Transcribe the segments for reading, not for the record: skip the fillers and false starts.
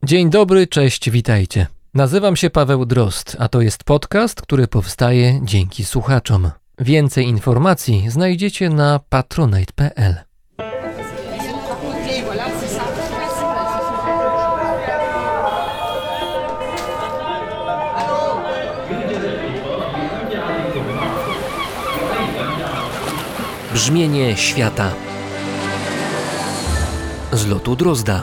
Dzień dobry, cześć, witajcie. Nazywam się Paweł Drozd, a to jest podcast, który powstaje dzięki słuchaczom. Więcej informacji znajdziecie na patronite.pl. Brzmienie świata z lotu Drozda.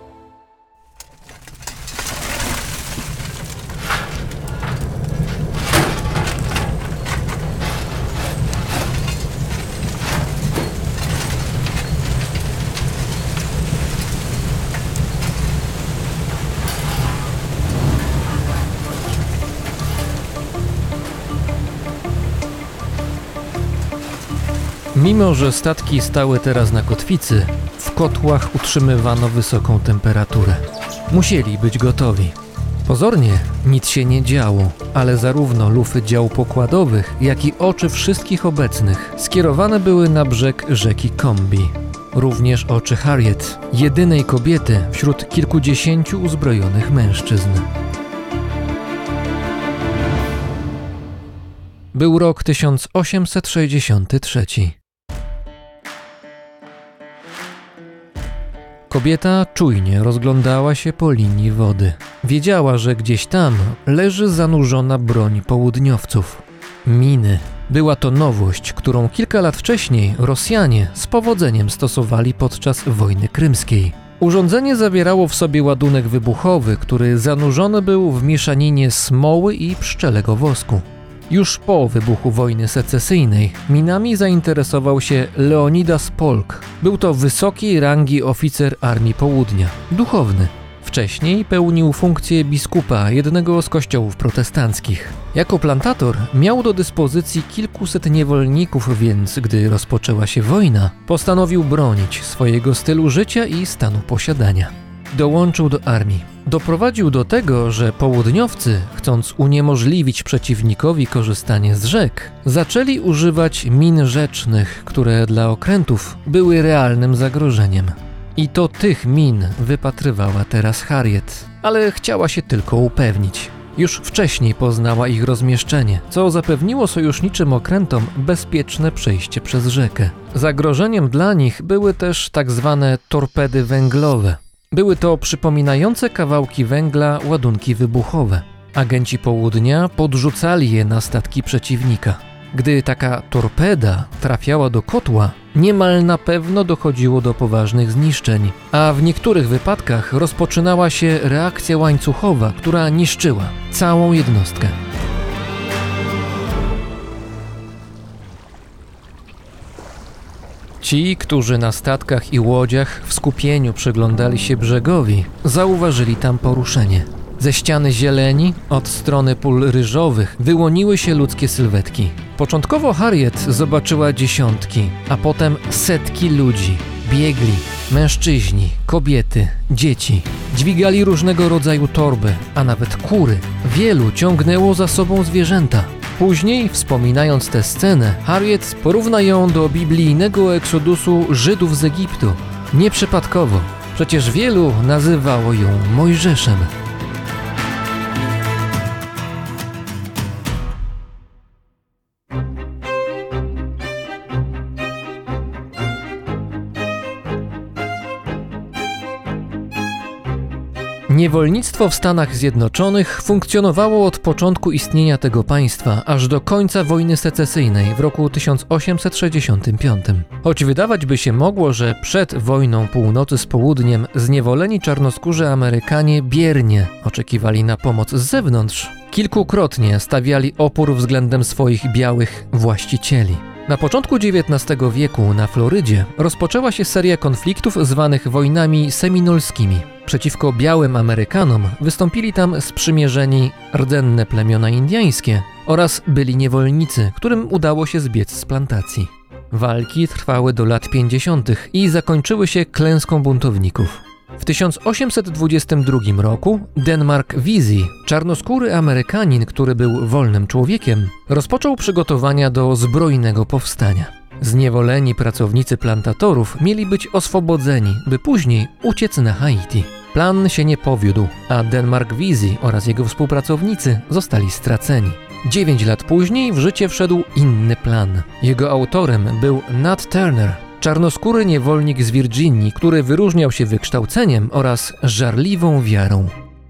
Mimo że statki stały teraz na kotwicy, w kotłach utrzymywano wysoką temperaturę. Musieli być gotowi. Pozornie nic się nie działo, ale zarówno lufy dział pokładowych, jak i oczy wszystkich obecnych skierowane były na brzeg rzeki Kombi. Również oczy Harriet, jedynej kobiety wśród kilkudziesięciu uzbrojonych mężczyzn. Był rok 1863. Kobieta czujnie rozglądała się po linii wody. Wiedziała, że gdzieś tam leży zanurzona broń południowców. Miny. Była to nowość, którą kilka lat wcześniej Rosjanie z powodzeniem stosowali podczas wojny krymskiej. Urządzenie zawierało w sobie ładunek wybuchowy, który zanurzony był w mieszaninie smoły i pszczelego wosku. Już po wybuchu wojny secesyjnej minami zainteresował się Leonidas Polk. Był to wysokiej rangi oficer Armii Południa, duchowny. Wcześniej pełnił funkcję biskupa jednego z kościołów protestanckich. Jako plantator miał do dyspozycji kilkuset niewolników, więc gdy rozpoczęła się wojna, postanowił bronić swojego stylu życia i stanu posiadania. Dołączył do armii. Doprowadził do tego, że południowcy, chcąc uniemożliwić przeciwnikowi korzystanie z rzek, zaczęli używać min rzecznych, które dla okrętów były realnym zagrożeniem. I to tych min wypatrywała teraz Harriet, ale chciała się tylko upewnić. Już wcześniej poznała ich rozmieszczenie, co zapewniło sojuszniczym okrętom bezpieczne przejście przez rzekę. Zagrożeniem dla nich były też tak zwane torpedy węglowe. Były to przypominające kawałki węgla ładunki wybuchowe. Agenci południa podrzucali je na statki przeciwnika. Gdy taka torpeda trafiała do kotła, niemal na pewno dochodziło do poważnych zniszczeń, a w niektórych wypadkach rozpoczynała się reakcja łańcuchowa, która niszczyła całą jednostkę. Ci, którzy na statkach i łodziach w skupieniu przyglądali się brzegowi, zauważyli tam poruszenie. Ze ściany zieleni, od strony pól ryżowych, wyłoniły się ludzkie sylwetki. Początkowo Harriet zobaczyła dziesiątki, a potem setki ludzi. Biegli, mężczyźni, kobiety, dzieci. Dźwigali różnego rodzaju torby, a nawet kury. Wielu ciągnęło za sobą zwierzęta. Później, wspominając tę scenę, Harriet porówna ją do biblijnego eksodusu Żydów z Egiptu. Nieprzypadkowo, przecież wielu nazywało ją Mojżeszem. Niewolnictwo w Stanach Zjednoczonych funkcjonowało od początku istnienia tego państwa aż do końca wojny secesyjnej w roku 1865. Choć wydawać by się mogło, że przed wojną północy z południem zniewoleni czarnoskórzy Amerykanie biernie oczekiwali na pomoc z zewnątrz, kilkukrotnie stawiali opór względem swoich białych właścicieli. Na początku XIX wieku na Florydzie rozpoczęła się seria konfliktów zwanych wojnami seminolskimi. Przeciwko białym Amerykanom wystąpili tam sprzymierzeni rdzenne plemiona indyjskie oraz byli niewolnicy, którym udało się zbiec z plantacji. Walki trwały do lat 50. i zakończyły się klęską buntowników. W 1822 roku Denmark Vesey, czarnoskóry Amerykanin, który był wolnym człowiekiem, rozpoczął przygotowania do zbrojnego powstania. Zniewoleni pracownicy plantatorów mieli być oswobodzeni, by później uciec na Haiti. Plan się nie powiódł, a Denmark Vesey oraz jego współpracownicy zostali straceni. 9 lat później w życie wszedł inny plan. Jego autorem był Nat Turner, czarnoskóry niewolnik z Virginii, który wyróżniał się wykształceniem oraz żarliwą wiarą.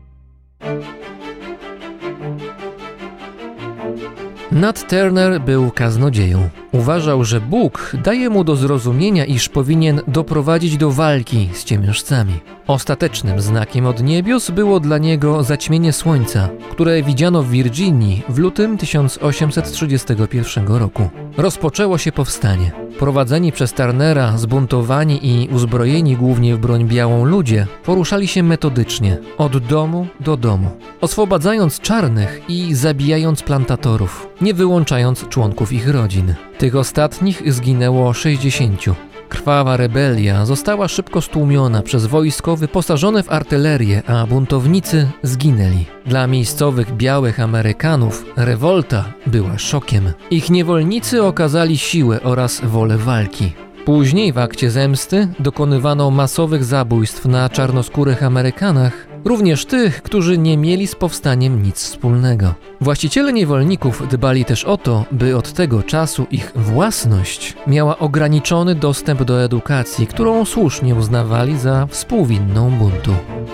Nat Turner był kaznodzieją. Uważał, że Bóg daje mu do zrozumienia, iż powinien doprowadzić do walki z ciemiężcami. Ostatecznym znakiem od niebios było dla niego zaćmienie słońca, które widziano w Virginii w lutym 1831 roku. Rozpoczęło się powstanie. Prowadzeni przez Turnera, zbuntowani i uzbrojeni głównie w broń białą ludzie poruszali się metodycznie, od domu do domu, oswobadzając czarnych i zabijając plantatorów, nie wyłączając członków ich rodzin. Tych ostatnich zginęło 60. Krwawa rebelia została szybko stłumiona przez wojsko wyposażone w artylerię, a buntownicy zginęli. Dla miejscowych białych Amerykanów rewolta była szokiem. Ich niewolnicy okazali siłę oraz wolę walki. Później w akcie zemsty dokonywano masowych zabójstw na czarnoskórych Amerykanach, również tych, którzy nie mieli z powstaniem nic wspólnego. Właściciele niewolników dbali też o to, by od tego czasu ich własność miała ograniczony dostęp do edukacji, którą słusznie uznawali za współwinną buntu.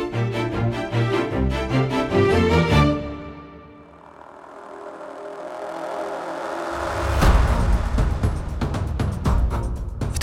W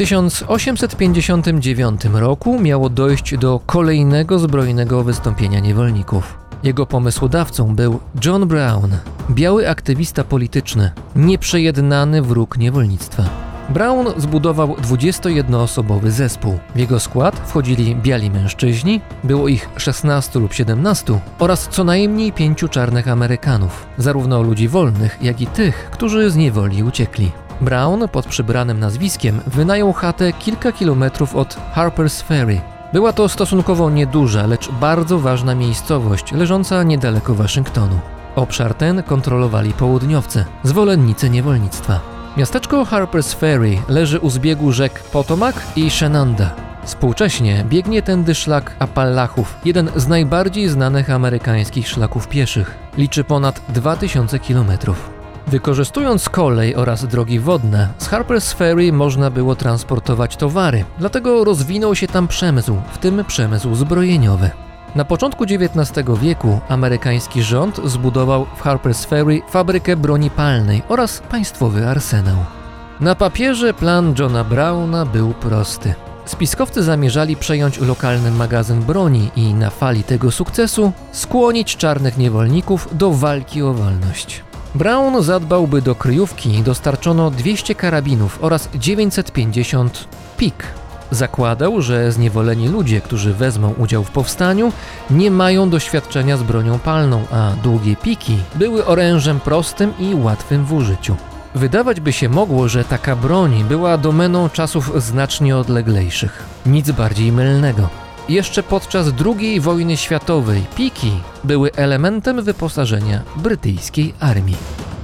1859 roku miało dojść do kolejnego zbrojnego wystąpienia niewolników. Jego pomysłodawcą był John Brown, biały aktywista polityczny, nieprzejednany wróg niewolnictwa. Brown zbudował 21-osobowy zespół. W jego skład wchodzili biali mężczyźni, było ich 16 lub 17 oraz co najmniej 5 czarnych Amerykanów, zarówno ludzi wolnych, jak i tych, którzy z niewoli uciekli. Brown pod przybranym nazwiskiem wynajął chatę kilka kilometrów od Harper's Ferry. Była to stosunkowo nieduża, lecz bardzo ważna miejscowość leżąca niedaleko Waszyngtonu. Obszar ten kontrolowali południowcy, zwolennicy niewolnictwa. Miasteczko Harper's Ferry leży u zbiegu rzek Potomac i Shenandoah. Współcześnie biegnie tędy szlak Appalachów, jeden z najbardziej znanych amerykańskich szlaków pieszych. Liczy ponad 2000 kilometrów. Wykorzystując kolej oraz drogi wodne, z Harper's Ferry można było transportować towary, dlatego rozwinął się tam przemysł, w tym przemysł zbrojeniowy. Na początku XIX wieku amerykański rząd zbudował w Harper's Ferry fabrykę broni palnej oraz państwowy arsenał. Na papierze plan Johna Browna był prosty. Spiskowcy zamierzali przejąć lokalny magazyn broni i na fali tego sukcesu skłonić czarnych niewolników do walki o wolność. Brown zadbał, by do kryjówki dostarczono 200 karabinów oraz 950 pik. Zakładał, że zniewoleni ludzie, którzy wezmą udział w powstaniu, nie mają doświadczenia z bronią palną, a długie piki były orężem prostym i łatwym w użyciu. Wydawać by się mogło, że taka broń była domeną czasów znacznie odleglejszych. Nic bardziej mylnego. Jeszcze podczas II wojny światowej piki były elementem wyposażenia brytyjskiej armii.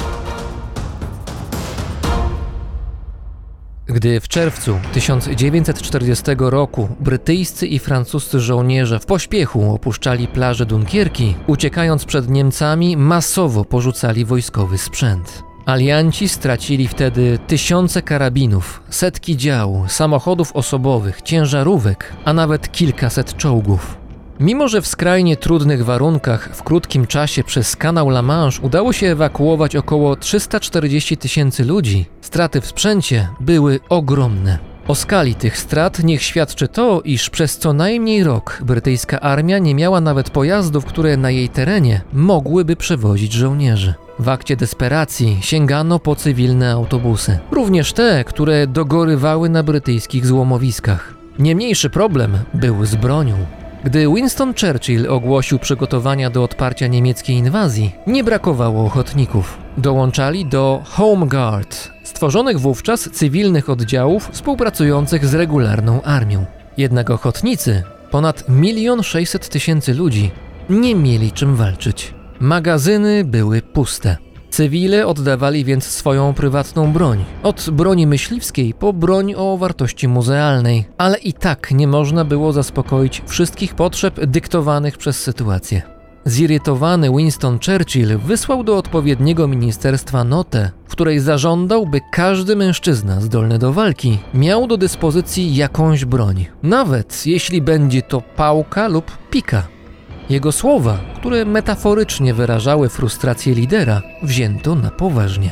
Gdy w czerwcu 1940 roku brytyjscy i francuscy żołnierze w pośpiechu opuszczali plaże Dunkierki, uciekając przed Niemcami, masowo porzucali wojskowy sprzęt. Alianci stracili wtedy tysiące karabinów, setki dział, samochodów osobowych, ciężarówek, a nawet kilkaset czołgów. Mimo że w skrajnie trudnych warunkach w krótkim czasie przez kanał La Manche udało się ewakuować około 340 000 ludzi, straty w sprzęcie były ogromne. O skali tych strat niech świadczy to, iż przez co najmniej rok brytyjska armia nie miała nawet pojazdów, które na jej terenie mogłyby przewozić żołnierzy. W akcie desperacji sięgano po cywilne autobusy, również te, które dogorywały na brytyjskich złomowiskach. Nie mniejszy problem był z bronią. Gdy Winston Churchill ogłosił przygotowania do odparcia niemieckiej inwazji, nie brakowało ochotników. Dołączali do Home Guard, stworzonych wówczas cywilnych oddziałów współpracujących z regularną armią. Jednak ochotnicy, ponad 1 600 000 ludzi, nie mieli czym walczyć. Magazyny były puste. Cywile oddawali więc swoją prywatną broń, od broni myśliwskiej po broń o wartości muzealnej, ale i tak nie można było zaspokoić wszystkich potrzeb dyktowanych przez sytuację. Zirytowany Winston Churchill wysłał do odpowiedniego ministerstwa notę, w której zażądał, by każdy mężczyzna zdolny do walki miał do dyspozycji jakąś broń, nawet jeśli będzie to pałka lub pika. Jego słowa, które metaforycznie wyrażały frustrację lidera, wzięto na poważnie.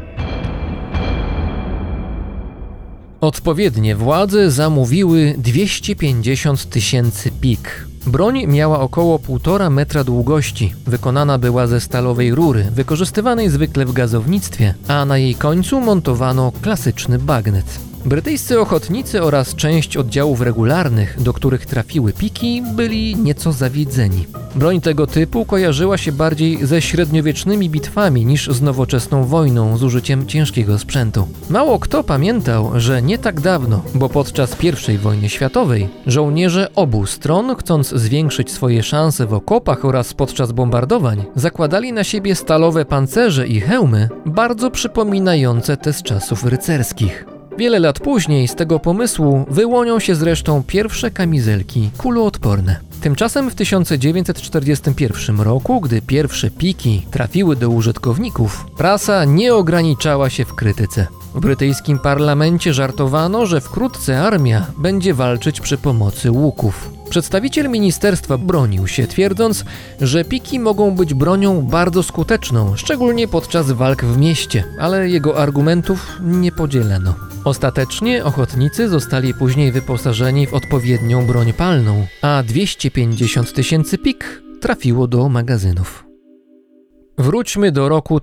Odpowiednie władze zamówiły 250 000 pik. Broń miała około 1,5 metra długości, wykonana była ze stalowej rury, wykorzystywanej zwykle w gazownictwie, a na jej końcu montowano klasyczny bagnet. Brytyjscy ochotnicy oraz część oddziałów regularnych, do których trafiły piki, byli nieco zawiedzeni. Broń tego typu kojarzyła się bardziej ze średniowiecznymi bitwami niż z nowoczesną wojną z użyciem ciężkiego sprzętu. Mało kto pamiętał, że nie tak dawno, bo podczas I wojny światowej, żołnierze obu stron, chcąc zwiększyć swoje szanse w okopach oraz podczas bombardowań, zakładali na siebie stalowe pancerze i hełmy, bardzo przypominające te z czasów rycerskich. Wiele lat później z tego pomysłu wyłonią się zresztą pierwsze kamizelki kuloodporne. Tymczasem w 1941 roku, gdy pierwsze piki trafiły do użytkowników, prasa nie ograniczała się w krytyce. W brytyjskim parlamencie żartowano, że wkrótce armia będzie walczyć przy pomocy łuków. Przedstawiciel ministerstwa bronił się, twierdząc, że piki mogą być bronią bardzo skuteczną, szczególnie podczas walk w mieście, ale jego argumentów nie podzielano. Ostatecznie ochotnicy zostali później wyposażeni w odpowiednią broń palną, a 250 000 pik trafiło do magazynów. Wróćmy do roku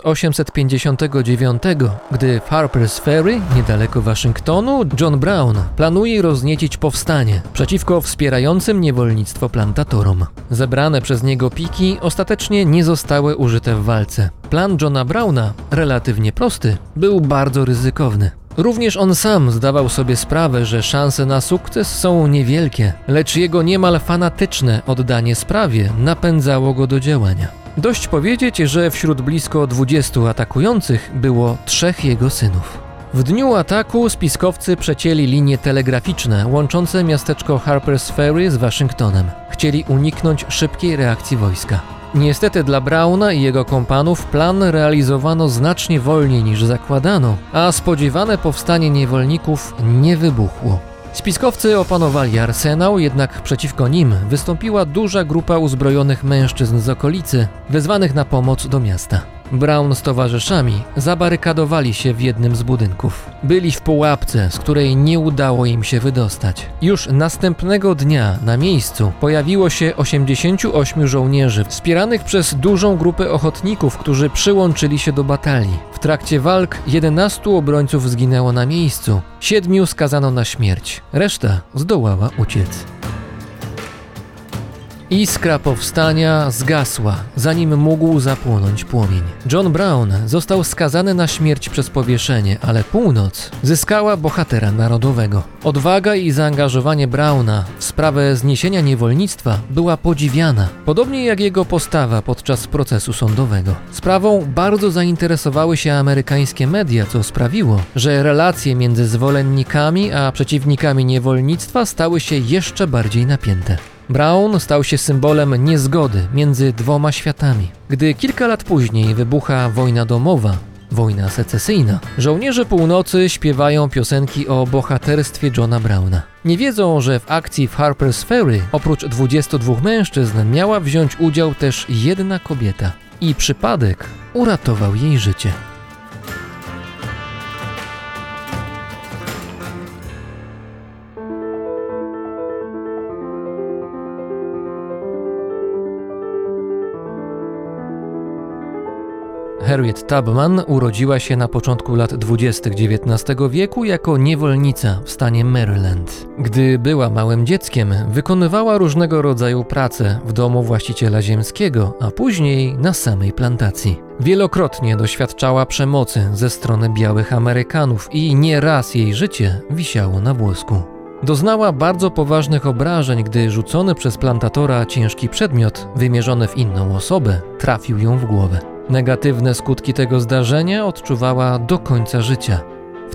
1859, gdy w Harper's Ferry, niedaleko Waszyngtonu, John Brown planuje rozniecić powstanie przeciwko wspierającym niewolnictwo plantatorom. Zebrane przez niego piki ostatecznie nie zostały użyte w walce. Plan Johna Browna, relatywnie prosty, był bardzo ryzykowny. Również on sam zdawał sobie sprawę, że szanse na sukces są niewielkie, lecz jego niemal fanatyczne oddanie sprawie napędzało go do działania. Dość powiedzieć, że wśród blisko 20 atakujących było 3 jego synów. W dniu ataku spiskowcy przecięli linie telegraficzne łączące miasteczko Harper's Ferry z Waszyngtonem. Chcieli uniknąć szybkiej reakcji wojska. Niestety dla Browna i jego kompanów plan realizowano znacznie wolniej niż zakładano, a spodziewane powstanie niewolników nie wybuchło. Spiskowcy opanowali arsenał, jednak przeciwko nim wystąpiła duża grupa uzbrojonych mężczyzn z okolicy, wezwanych na pomoc do miasta. Brown z towarzyszami zabarykadowali się w jednym z budynków. Byli w pułapce, z której nie udało im się wydostać. Już następnego dnia na miejscu pojawiło się 88 żołnierzy, wspieranych przez dużą grupę ochotników, którzy przyłączyli się do batalii. W trakcie walk 11 obrońców zginęło na miejscu, 7 skazano na śmierć, reszta zdołała uciec. Iskra powstania zgasła, zanim mógł zapłonąć płomień. John Brown został skazany na śmierć przez powieszenie, ale północ zyskała bohatera narodowego. Odwaga i zaangażowanie Browna w sprawę zniesienia niewolnictwa była podziwiana, podobnie jak jego postawa podczas procesu sądowego. Sprawą bardzo zainteresowały się amerykańskie media, co sprawiło, że relacje między zwolennikami a przeciwnikami niewolnictwa stały się jeszcze bardziej napięte. Brown stał się symbolem niezgody między dwoma światami. Gdy kilka lat później wybucha wojna domowa, wojna secesyjna, żołnierze północy śpiewają piosenki o bohaterstwie Johna Browna. Nie wiedzą, że w akcji w Harper's Ferry oprócz 22 mężczyzn miała wziąć udział też jedna kobieta. I przypadek uratował jej życie. Harriet Tubman urodziła się na początku lat 20. XIX wieku jako niewolnica w stanie Maryland. Gdy była małym dzieckiem, wykonywała różnego rodzaju prace w domu właściciela ziemskiego, a później na samej plantacji. Wielokrotnie doświadczała przemocy ze strony białych Amerykanów i nieraz jej życie wisiało na włosku. Doznała bardzo poważnych obrażeń, gdy rzucony przez plantatora ciężki przedmiot, wymierzony w inną osobę, trafił ją w głowę. Negatywne skutki tego zdarzenia odczuwała do końca życia. W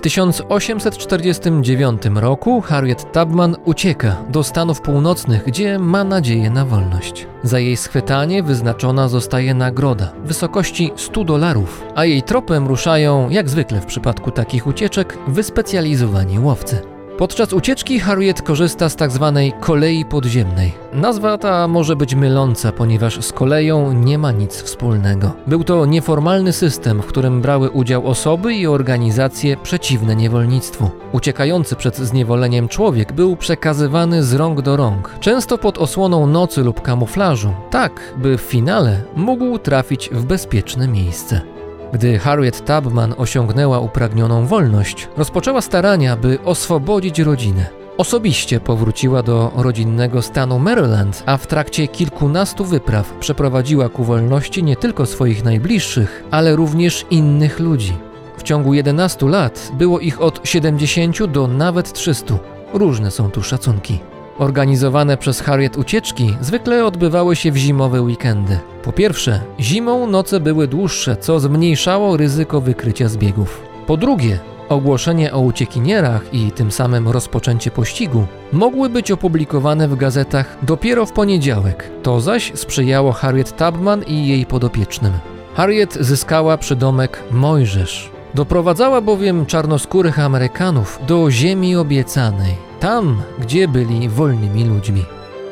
1849 roku Harriet Tubman ucieka do Stanów Północnych, gdzie ma nadzieję na wolność. Za jej schwytanie wyznaczona zostaje nagroda w wysokości $100, a jej tropem ruszają, jak zwykle w przypadku takich ucieczek, wyspecjalizowani łowcy. Podczas ucieczki Harriet korzysta z tzw. kolei podziemnej. Nazwa ta może być myląca, ponieważ z koleją nie ma nic wspólnego. Był to nieformalny system, w którym brały udział osoby i organizacje przeciwne niewolnictwu. Uciekający przed zniewoleniem człowiek był przekazywany z rąk do rąk, często pod osłoną nocy lub kamuflażu, tak by w finale mógł trafić w bezpieczne miejsce. Gdy Harriet Tubman osiągnęła upragnioną wolność, rozpoczęła starania, by oswobodzić rodzinę. Osobiście powróciła do rodzinnego stanu Maryland, a w trakcie kilkunastu wypraw przeprowadziła ku wolności nie tylko swoich najbliższych, ale również innych ludzi. W ciągu 11 lat było ich od 70 do nawet 300. Różne są tu szacunki. Organizowane przez Harriet ucieczki zwykle odbywały się w zimowe weekendy. Po pierwsze, zimą noce były dłuższe, co zmniejszało ryzyko wykrycia zbiegów. Po drugie, ogłoszenie o uciekinierach i tym samym rozpoczęcie pościgu mogły być opublikowane w gazetach dopiero w poniedziałek. To zaś sprzyjało Harriet Tubman i jej podopiecznym. Harriet zyskała przydomek Mojżesz. Doprowadzała bowiem czarnoskórych Amerykanów do ziemi obiecanej, tam, gdzie byli wolnymi ludźmi.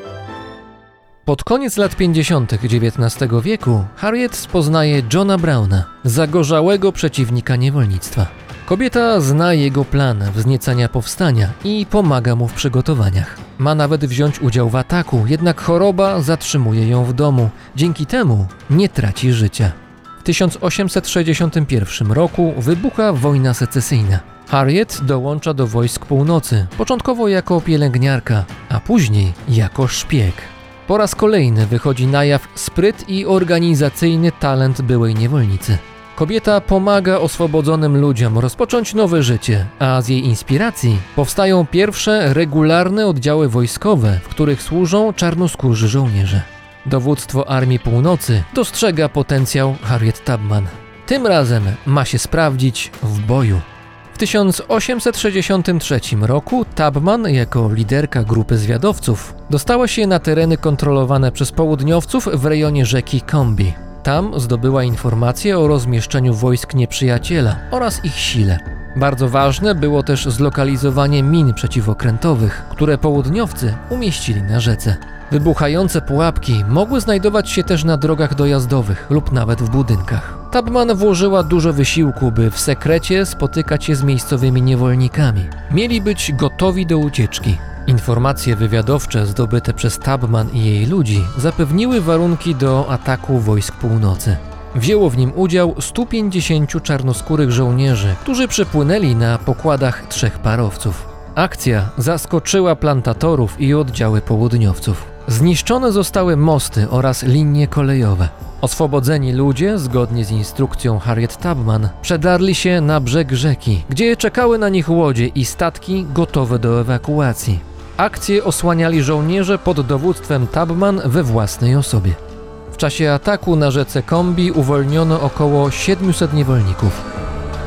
Pod koniec lat 50. XIX wieku Harriet poznaje Johna Browna, zagorzałego przeciwnika niewolnictwa. Kobieta zna jego plan wzniecania powstania i pomaga mu w przygotowaniach. Ma nawet wziąć udział w ataku, jednak choroba zatrzymuje ją w domu. Dzięki temu nie traci życia. W 1861 roku wybucha wojna secesyjna. Harriet dołącza do wojsk północy, początkowo jako pielęgniarka, a później jako szpieg. Po raz kolejny wychodzi na jaw spryt i organizacyjny talent byłej niewolnicy. Kobieta pomaga oswobodzonym ludziom rozpocząć nowe życie, a z jej inspiracji powstają pierwsze regularne oddziały wojskowe, w których służą czarnoskórzy żołnierze. Dowództwo Armii Północy dostrzega potencjał Harriet Tubman. Tym razem ma się sprawdzić w boju. W 1863 roku Tubman, jako liderka grupy zwiadowców, dostała się na tereny kontrolowane przez południowców w rejonie rzeki Combie. Tam zdobyła informacje o rozmieszczeniu wojsk nieprzyjaciela oraz ich sile. Bardzo ważne było też zlokalizowanie min przeciwokrętowych, które południowcy umieścili na rzece. Wybuchające pułapki mogły znajdować się też na drogach dojazdowych lub nawet w budynkach. Tubman włożyła dużo wysiłku, by w sekrecie spotykać się z miejscowymi niewolnikami. Mieli być gotowi do ucieczki. Informacje wywiadowcze zdobyte przez Tubman i jej ludzi zapewniły warunki do ataku wojsk północy. Wzięło w nim udział 150 czarnoskórych żołnierzy, którzy przypłynęli na pokładach 3 parowców. Akcja zaskoczyła plantatorów i oddziały południowców. Zniszczone zostały mosty oraz linie kolejowe. Oswobodzeni ludzie, zgodnie z instrukcją Harriet Tubman, przedarli się na brzeg rzeki, gdzie czekały na nich łodzie i statki gotowe do ewakuacji. Akcję osłaniali żołnierze pod dowództwem Tubman we własnej osobie. W czasie ataku na rzece Combie uwolniono około 700 niewolników.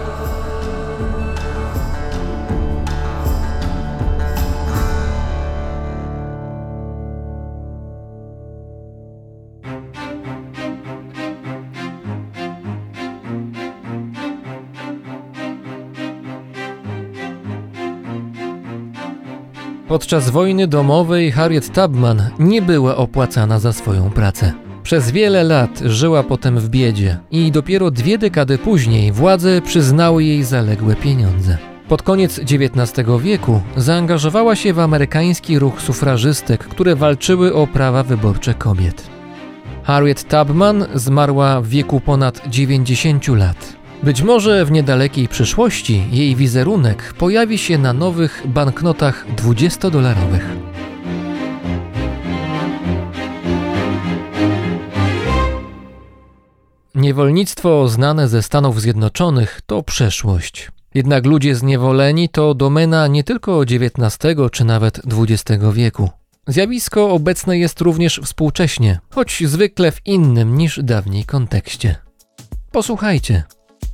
Podczas wojny domowej Harriet Tubman nie była opłacana za swoją pracę. Przez wiele lat żyła potem w biedzie i dopiero 2 dekady później władze przyznały jej zaległe pieniądze. Pod koniec XIX wieku zaangażowała się w amerykański ruch sufrażystek, które walczyły o prawa wyborcze kobiet. Harriet Tubman zmarła w wieku ponad 90 lat. Być może w niedalekiej przyszłości jej wizerunek pojawi się na nowych banknotach $20. Niewolnictwo znane ze Stanów Zjednoczonych to przeszłość. Jednak ludzie zniewoleni to domena nie tylko XIX czy nawet XX wieku. Zjawisko obecne jest również współcześnie, choć zwykle w innym niż dawniej kontekście. Posłuchajcie.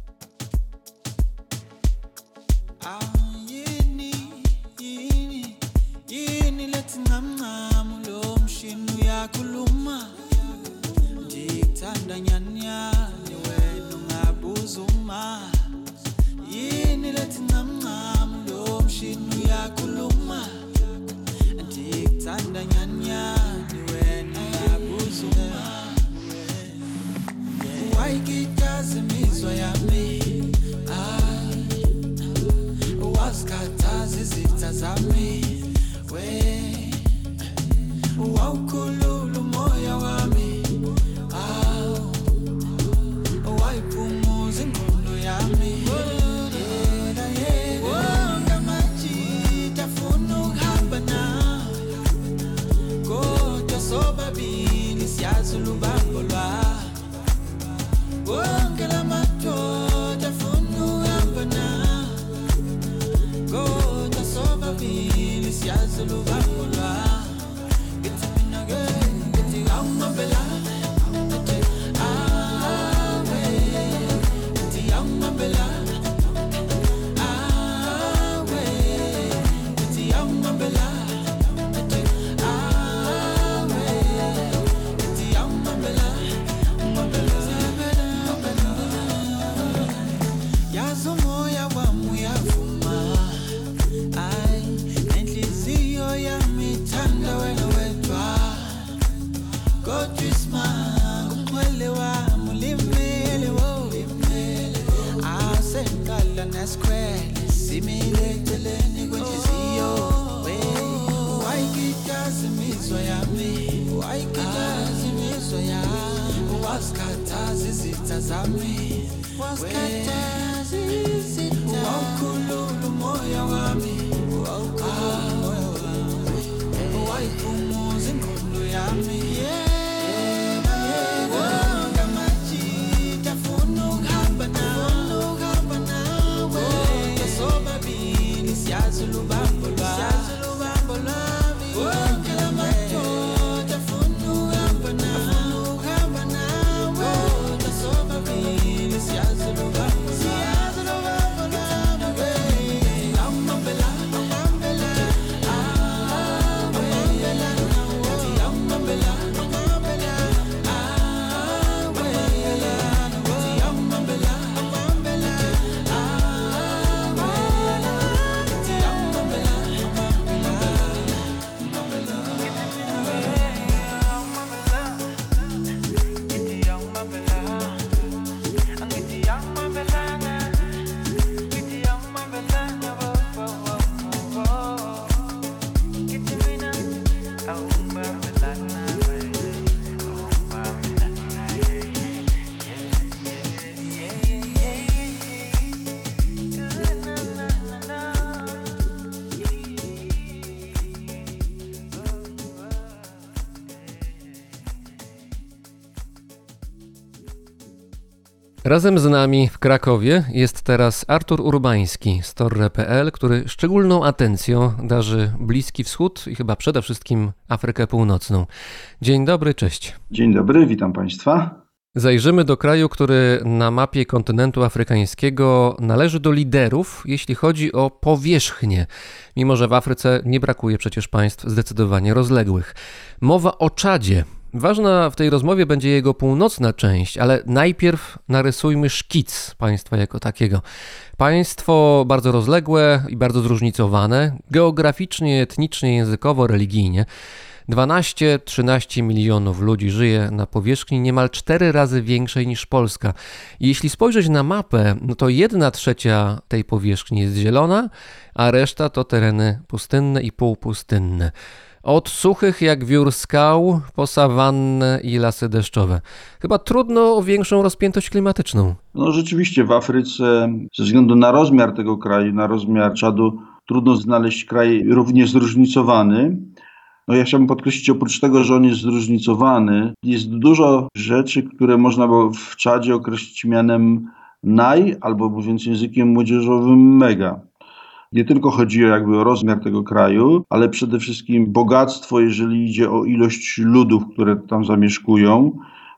Razem z nami w Krakowie jest teraz Artur Urbański z Torre.pl, który szczególną atencją darzy Bliski Wschód i chyba przede wszystkim Afrykę Północną. Dzień dobry, cześć. Dzień dobry, witam Państwa. Zajrzymy do kraju, który na mapie kontynentu afrykańskiego należy do liderów, jeśli chodzi o powierzchnię, mimo że w Afryce nie brakuje przecież państw zdecydowanie rozległych. Mowa o Czadzie. Ważna w tej rozmowie będzie jego północna część, ale najpierw narysujmy szkic państwa jako takiego. Państwo bardzo rozległe i bardzo zróżnicowane, geograficznie, etnicznie, językowo, religijnie. 12-13 milionów ludzi żyje na powierzchni niemal 4 razy większej niż Polska. I jeśli spojrzeć na mapę, no to 1/3 tej powierzchni jest zielona, a reszta to tereny pustynne i półpustynne. Od suchych jak wiór skał, po sawannę i lasy deszczowe. Chyba trudno o większą rozpiętość klimatyczną. No rzeczywiście w Afryce, ze względu na rozmiar tego kraju, na rozmiar Czadu, trudno znaleźć kraj równie zróżnicowany. No ja chciałbym podkreślić, oprócz tego, że on jest zróżnicowany, jest dużo rzeczy, które można było w Czadzie określić mianem naj, albo mówiąc językiem młodzieżowym mega. Nie tylko chodzi o rozmiar tego kraju, ale przede wszystkim bogactwo, jeżeli idzie o ilość ludów, które tam zamieszkują,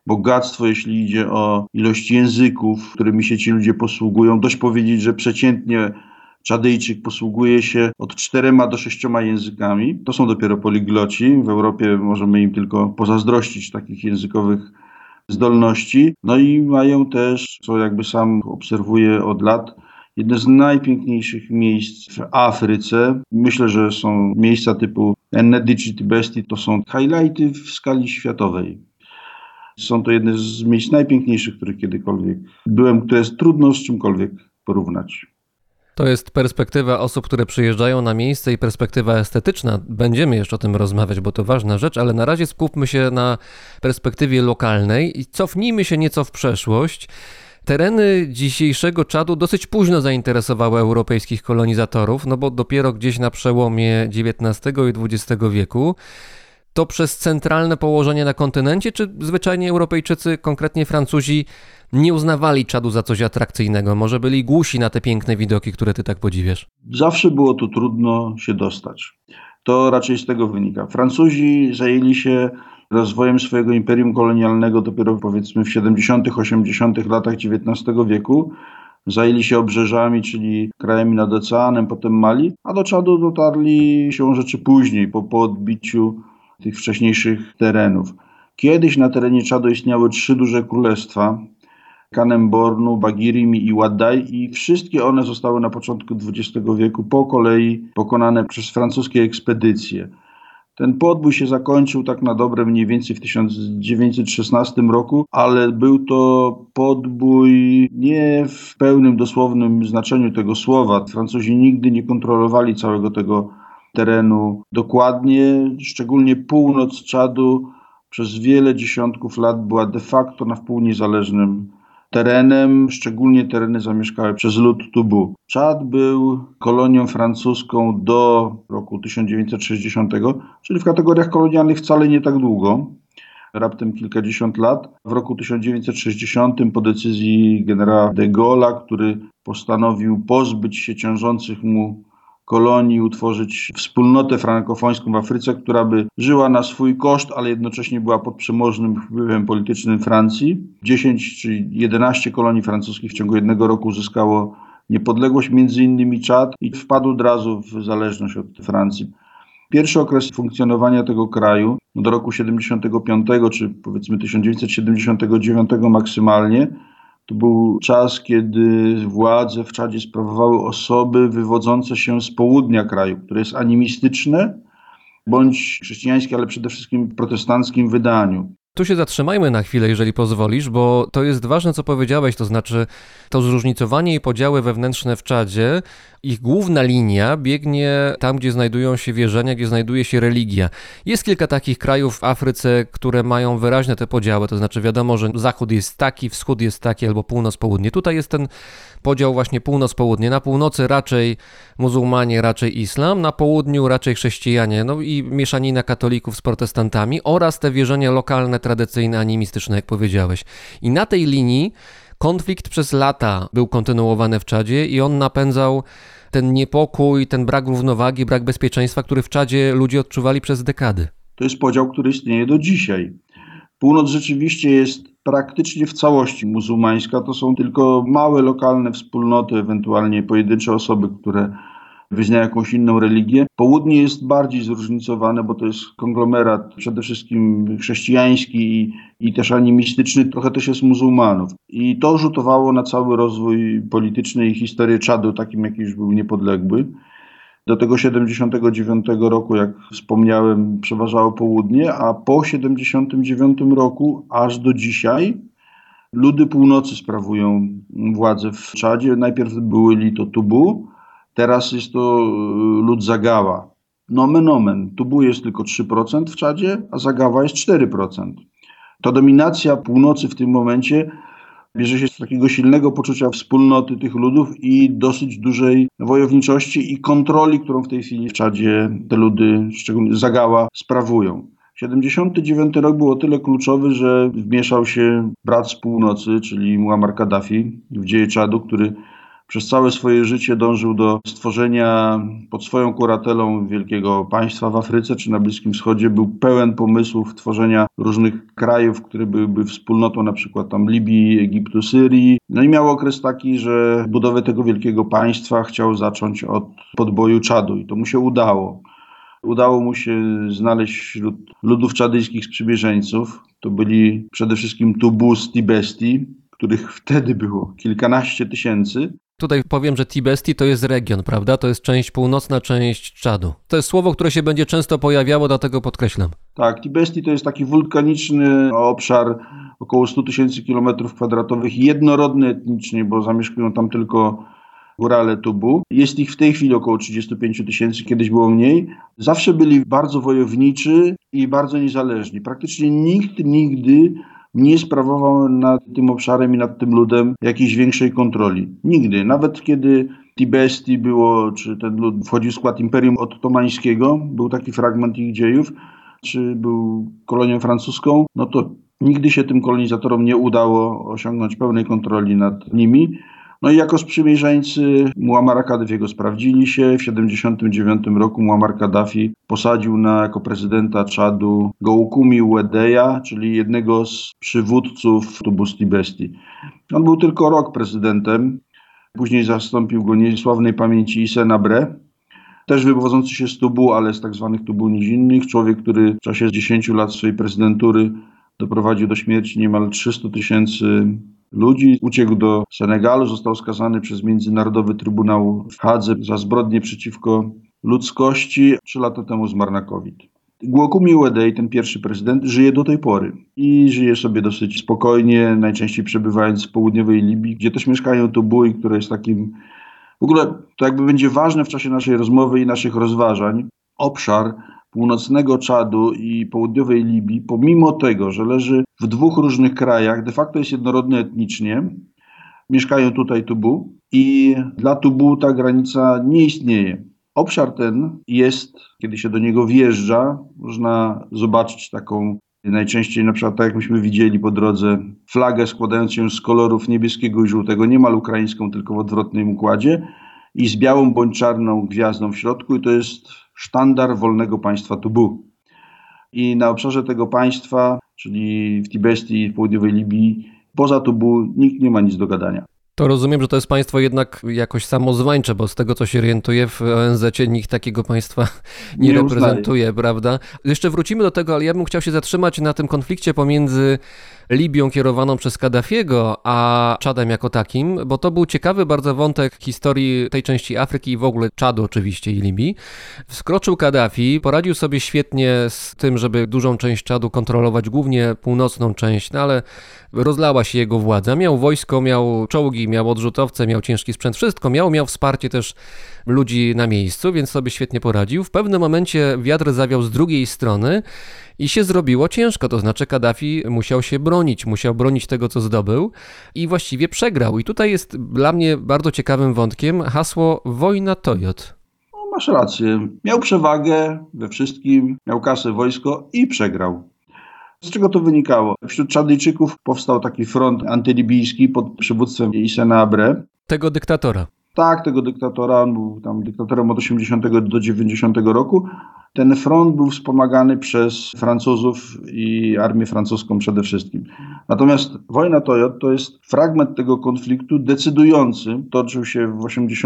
bogactwo, jeśli idzie o ilość języków, którymi się ci ludzie posługują. Dość powiedzieć, że przeciętnie Czadyjczyk posługuje się od 4 do 6 językami. To są dopiero poligloci. W Europie możemy im tylko pozazdrościć takich językowych zdolności. No i mają też, co jakby sam obserwuję od lat, jedne z najpiękniejszych miejsc w Afryce. Myślę, że są miejsca typu Ennedi Tibesti, to są highlighty w skali światowej. Są to jedne z miejsc najpiękniejszych, których kiedykolwiek byłem, które jest trudno z czymkolwiek porównać. To jest perspektywa osób, które przyjeżdżają na miejsce i perspektywa estetyczna. Będziemy jeszcze o tym rozmawiać, bo to ważna rzecz, ale na razie skupmy się na perspektywie lokalnej i cofnijmy się nieco w przeszłość. Tereny dzisiejszego Czadu dosyć późno zainteresowały europejskich kolonizatorów, no bo dopiero gdzieś na przełomie XIX i XX wieku. To przez centralne położenie na kontynencie, czy zwyczajnie Europejczycy, konkretnie Francuzi, nie uznawali Czadu za coś atrakcyjnego? Może byli głusi na te piękne widoki, które ty tak podziwiasz? Zawsze było tu trudno się dostać. To raczej z tego wynika. Francuzi zajęli się rozwojem swojego imperium kolonialnego dopiero powiedzmy w 70., 80. latach XIX wieku. Zajęli się obrzeżami, czyli krajami nad oceanem, potem Mali, a do Czadu dotarli siłą rzeczy później, po odbiciu tych wcześniejszych terenów. Kiedyś na terenie Czadu istniały 3 duże królestwa, Kanem Bornu, Bagirimi i Ładdaj, i wszystkie one zostały na początku XX wieku po kolei pokonane przez francuskie ekspedycje. Ten podbój się zakończył tak na dobre mniej więcej w 1916 roku, ale był to podbój nie w pełnym dosłownym znaczeniu tego słowa. Francuzi nigdy nie kontrolowali całego tego terenu dokładnie, szczególnie północ Czadu przez wiele dziesiątków lat była de facto na wpół niezależnym terenem, szczególnie tereny zamieszkałe przez lud Tubu. Czad był kolonią francuską do roku 1960, czyli w kategoriach kolonialnych wcale nie tak długo, raptem kilkadziesiąt lat. W roku 1960 po decyzji generała de Gaulle'a, który postanowił pozbyć się ciążących mu kolonii, utworzyć wspólnotę frankofońską w Afryce, która by żyła na swój koszt, ale jednocześnie była pod przemożnym wpływem politycznym Francji. 10 czy 11 kolonii francuskich w ciągu jednego roku uzyskało niepodległość, między innymi Czad, i wpadł od razu w zależność od Francji. Pierwszy okres funkcjonowania tego kraju do roku 75, czy powiedzmy 1979 maksymalnie, to był czas, kiedy władzę w Czadzie sprawowały osoby wywodzące się z południa kraju, które jest animistyczne bądź chrześcijańskie, ale przede wszystkim w protestanckim wydaniu. Tu się zatrzymajmy na chwilę, jeżeli pozwolisz, bo to jest ważne, co powiedziałeś, to znaczy to zróżnicowanie i podziały wewnętrzne w Czadzie, ich główna linia biegnie tam, gdzie znajdują się wierzenia, gdzie znajduje się religia. Jest kilka takich krajów w Afryce, które mają wyraźne te podziały, to znaczy wiadomo, że zachód jest taki, wschód jest taki, albo północ-południe. Tutaj jest ten podział właśnie północ-południe. Na północy raczej muzułmanie, raczej islam, na południu raczej chrześcijanie, no i mieszanina katolików z protestantami oraz te wierzenia lokalne, tradycyjne, animistyczne, jak powiedziałeś. I na tej linii konflikt przez lata był kontynuowany w Czadzie i on napędzał ten niepokój, ten brak równowagi, brak bezpieczeństwa, który w Czadzie ludzie odczuwali przez dekady. To jest podział, który istnieje do dzisiaj. Północ rzeczywiście jest praktycznie w całości muzułmańska. To są tylko małe, lokalne wspólnoty, ewentualnie pojedyncze osoby, które wyznają jakąś inną religię. Południe jest bardziej zróżnicowane, bo to jest konglomerat przede wszystkim chrześcijański i też animistyczny, trochę też jest muzułmanów. I to rzutowało na cały rozwój polityczny i historię Czadu, takim jaki już był niepodległy. Do tego 79 roku, jak wspomniałem, przeważało południe, a po 79 roku aż do dzisiaj ludy północy sprawują władzę w Czadzie. Najpierw byli to Tubu, teraz jest to lud Zagawa. Nomen omen, Tubu jest tylko 3% w Czadzie, a Zagawa jest 4%. Ta dominacja północy w tym momencie bierze się z takiego silnego poczucia wspólnoty tych ludów i dosyć dużej wojowniczości i kontroli, którą w tej chwili w Czadzie te ludy, szczególnie Zagała, sprawują. 79 rok był o tyle kluczowy, że wmieszał się brat z północy, czyli Muammar Kaddafi w dzieje Czadu, który przez całe swoje życie dążył do stworzenia pod swoją kuratelą wielkiego państwa w Afryce czy na Bliskim Wschodzie. Był pełen pomysłów tworzenia różnych krajów, które byłyby wspólnotą na przykład tam Libii, Egiptu, Syrii. No i miał okres taki, że budowę tego wielkiego państwa chciał zacząć od podboju Czadu i to mu się udało. Udało mu się znaleźć wśród ludów czadyjskich sprzymierzeńców. To byli przede wszystkim Tubus Tibesti, których wtedy było kilkanaście tysięcy. Tutaj powiem, że Tibesti to jest region, prawda? To jest część północna, część Czadu. To jest słowo, które się będzie często pojawiało, dlatego podkreślam. Tak, Tibesti to jest taki wulkaniczny obszar, około 100 tysięcy kilometrów kwadratowych, jednorodny etnicznie, bo zamieszkują tam tylko górale Tubu. Jest ich w tej chwili około 35 tysięcy, kiedyś było mniej. Zawsze byli bardzo wojowniczy i bardzo niezależni. Praktycznie nikt nigdy nie sprawował nad tym obszarem i nad tym ludem jakiejś większej kontroli. Nigdy. Nawet kiedy Tibesti było, czy ten lud wchodził w skład Imperium Ottomańskiego, był taki fragment ich dziejów, czy był kolonią francuską, no to nigdy się tym kolonizatorom nie udało osiągnąć pełnej kontroli nad nimi. No i jako sprzymierzeńcy Muammara Kaddafiego sprawdzili się. W 1979 roku Muammar Kaddafi posadził jako prezydenta Czadu Goukoumi Ouedeya, czyli jednego z przywódców Tubus Tibesti. On był tylko rok prezydentem. Później zastąpił go niesławnej pamięci Hissène Habré, też wywodzący się z Tubu, ale z tak zwanych Tubu nizinnych. Człowiek, który w czasie 10 lat swojej prezydentury doprowadził do śmierci niemal 300 tysięcy ludzi. Uciekł do Senegalu, został skazany przez Międzynarodowy Trybunał w Hadze za zbrodnie przeciwko ludzkości. 3 lata temu zmarł na COVID. Goukoumi Ouedeya, ten pierwszy prezydent, żyje do tej pory i żyje sobie dosyć spokojnie, najczęściej przebywając w południowej Libii, gdzie też mieszkają Tubu i które jest takim... W ogóle to jakby będzie ważne w czasie naszej rozmowy i naszych rozważań. Obszar północnego Czadu i południowej Libii, pomimo tego, że leży w 2 różnych krajach, de facto jest jednorodny etnicznie, mieszkają tutaj Tubu i dla Tubu ta granica nie istnieje. Obszar ten jest, kiedy się do niego wjeżdża, można zobaczyć taką najczęściej, na przykład tak jak myśmy widzieli po drodze, flagę składającą się z kolorów niebieskiego i żółtego, niemal ukraińską, tylko w odwrotnym układzie i z białą bądź czarną gwiazdą w środku i to jest sztandar wolnego państwa Tubu. I na obszarze tego państwa, czyli w Tibesti i w południowej Libii, poza Tubu nikt nie ma nic do gadania. To rozumiem, że to jest państwo jednak jakoś samozwańcze, bo z tego, co się orientuje w ONZ-cie, nikt takiego państwa nie reprezentuje, prawda? Jeszcze wrócimy do tego, ale ja bym chciał się zatrzymać na tym konflikcie pomiędzy Libią kierowaną przez Kaddafiego, a Czadem jako takim, bo to był ciekawy bardzo wątek historii tej części Afryki i w ogóle Czadu oczywiście i Libii. Wskroczył Kaddafi, poradził sobie świetnie z tym, żeby dużą część Czadu kontrolować, głównie północną część, no ale rozlała się jego władza. Miał wojsko, miał czołgi, miał odrzutowce, miał ciężki sprzęt, wszystko miał wsparcie też ludzi na miejscu, więc sobie świetnie poradził. W pewnym momencie wiatr zawiał z drugiej strony i się zrobiło ciężko, to znaczy Kaddafi musiał się bronić, musiał bronić tego, co zdobył i właściwie przegrał. I tutaj jest dla mnie bardzo ciekawym wątkiem hasło wojna Toyot. No, masz rację. Miał przewagę we wszystkim, miał kasę, wojsko i przegrał. Z czego to wynikało? Wśród Czadyjczyków powstał taki front antylibijski pod przywództwem Hissèna Habré. Tego dyktatora. Tak, tego dyktatora, on był tam dyktatorem od 80 do 90 roku. Ten front był wspomagany przez Francuzów i armię francuską przede wszystkim. Natomiast wojna Toyot to jest fragment tego konfliktu decydujący. Toczył się w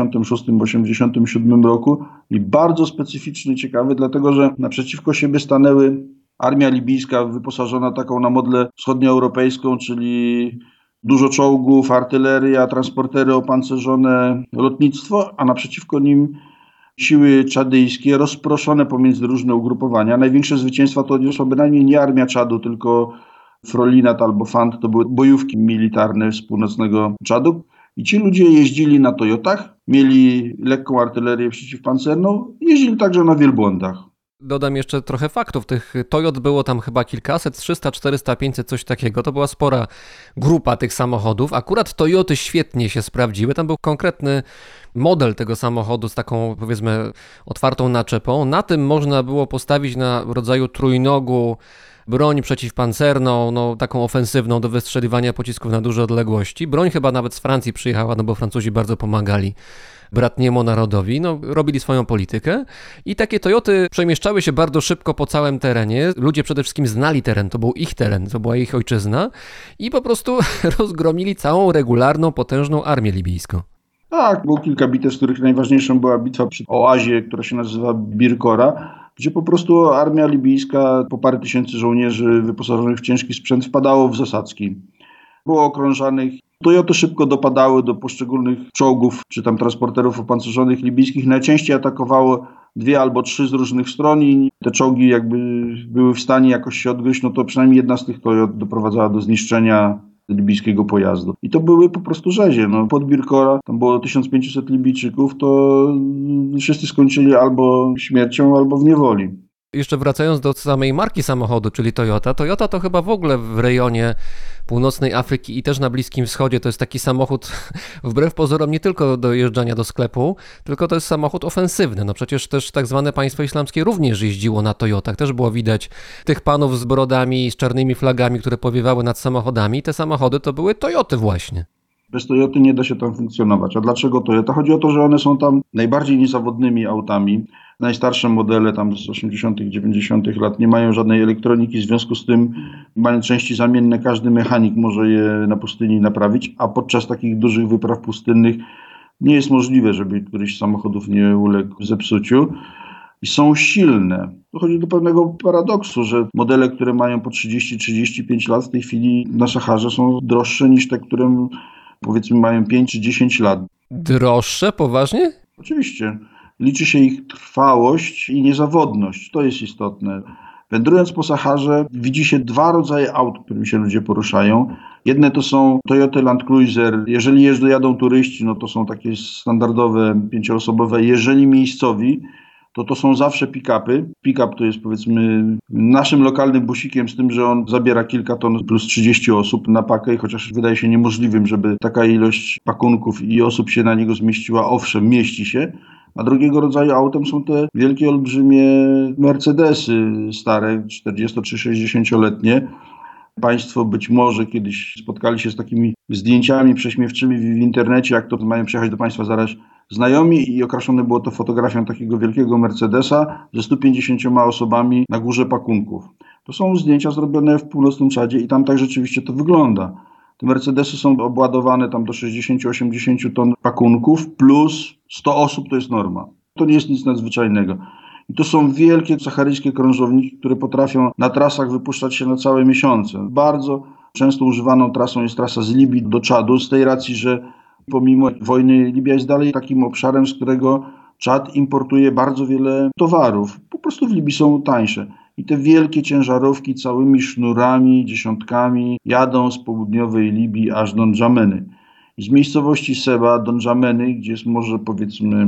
86-87 roku i bardzo specyficzny, ciekawy, dlatego że naprzeciwko siebie stanęły armia libijska wyposażona taką na modlę wschodnioeuropejską, czyli dużo czołgów, artyleria, transportery opancerzone, lotnictwo, a naprzeciwko nim siły czadyjskie rozproszone pomiędzy różne ugrupowania. Największe zwycięstwa to odniosła bynajmniej nie armia Czadu, tylko Frolinat albo Fand, to były bojówki militarne z północnego Czadu. I ci ludzie jeździli na Toyotach, mieli lekką artylerię przeciwpancerną, jeździli także na wielbłądach. Dodam jeszcze trochę faktów. Tych Toyot było tam chyba kilkaset, 300, 400, 500, coś takiego. To była spora grupa tych samochodów. Akurat Toyoty świetnie się sprawdziły. Tam był konkretny model tego samochodu z taką, powiedzmy, otwartą naczepą. Na tym można było postawić na rodzaju trójnogu broń przeciwpancerną, no taką ofensywną do wystrzeliwania pocisków na duże odległości. Broń chyba nawet z Francji przyjechała, no bo Francuzi bardzo pomagali bratniemu narodowi, no robili swoją politykę i takie Toyoty przemieszczały się bardzo szybko po całym terenie. Ludzie przede wszystkim znali teren, to był ich teren, to była ich ojczyzna i po prostu rozgromili całą regularną, potężną armię libijską. Tak, było kilka bitew, z których najważniejszą była bitwa przy oazie, która się nazywa Birkora, gdzie po prostu armia libijska, po parę tysięcy żołnierzy wyposażonych w ciężki sprzęt, wpadało w zasadzki. Było okrążanych. Toyoty szybko dopadały do poszczególnych czołgów czy tam transporterów opancerzonych libijskich. Najczęściej atakowało 2 albo 3 z różnych stron i te czołgi jakby były w stanie jakoś się odgryźć, no to przynajmniej jedna z tych Toyot doprowadzała do zniszczenia libijskiego pojazdu. I to były po prostu rzezie. No, pod Birkora tam było 1500 Libijczyków, to wszyscy skończyli albo śmiercią, albo w niewoli. Jeszcze wracając do samej marki samochodu, czyli Toyota. Toyota to chyba w ogóle w rejonie północnej Afryki i też na Bliskim Wschodzie to jest taki samochód, wbrew pozorom, nie tylko do jeżdżania do sklepu, tylko to jest samochód ofensywny. No przecież też tak zwane państwo islamskie również jeździło na Toyotach. Też było widać tych panów z brodami, z czarnymi flagami, które powiewały nad samochodami. Te samochody to były Toyoty właśnie. Bez Toyoty nie da się tam funkcjonować. A dlaczego Toyota? Chodzi o to, że one są tam najbardziej niezawodnymi autami. Najstarsze modele tam z 80., 90. lat nie mają żadnej elektroniki, w związku z tym mają części zamienne, każdy mechanik może je na pustyni naprawić, a podczas takich dużych wypraw pustynnych nie jest możliwe, żeby któryś z samochodów nie uległ zepsuciu. I są silne. Dochodzi do pewnego paradoksu, że modele, które mają po 30-35 lat w tej chwili na Saharze są droższe niż te, które powiedzmy mają 5 czy 10 lat. Droższe? Poważnie? Oczywiście. Liczy się ich trwałość i niezawodność. To jest istotne. Wędrując po Saharze widzi się 2 rodzaje aut, którymi się ludzie poruszają. Jedne to są Toyota Land Cruiser. Jeżeli jadą turyści, no to są takie standardowe, 5-osobowe. Jeżeli miejscowi, to są zawsze pick-upy. Pick-up to jest powiedzmy naszym lokalnym busikiem, z tym, że on zabiera kilka ton plus 30 osób na pakę i chociaż wydaje się niemożliwym, żeby taka ilość pakunków i osób się na niego zmieściła, owszem, mieści się. A drugiego rodzaju autem są te wielkie, olbrzymie Mercedesy stare, 40 czy 60-letnie. Państwo być może kiedyś spotkali się z takimi zdjęciami prześmiewczymi w internecie, jak to mają przyjechać do państwa zaraz znajomi i okraszone było to fotografią takiego wielkiego Mercedesa ze 150 osobami na górze pakunków. To są zdjęcia zrobione w północnym Czadzie i tam tak rzeczywiście to wygląda. Te Mercedesy są obładowane tam do 60-80 ton pakunków plus 100 osób to jest norma. To nie jest nic nadzwyczajnego. I to są wielkie saharyjskie krążowniki, które potrafią na trasach wypuszczać się na całe miesiące. Bardzo często używaną trasą jest trasa z Libii do Czadu, z tej racji, że pomimo wojny Libia jest dalej takim obszarem, z którego Czad importuje bardzo wiele towarów. Po prostu w Libii są tańsze. I te wielkie ciężarówki całymi sznurami, dziesiątkami jadą z południowej Libii aż do Ndżameny. I z miejscowości Seba do Ndżameny, gdzie jest może powiedzmy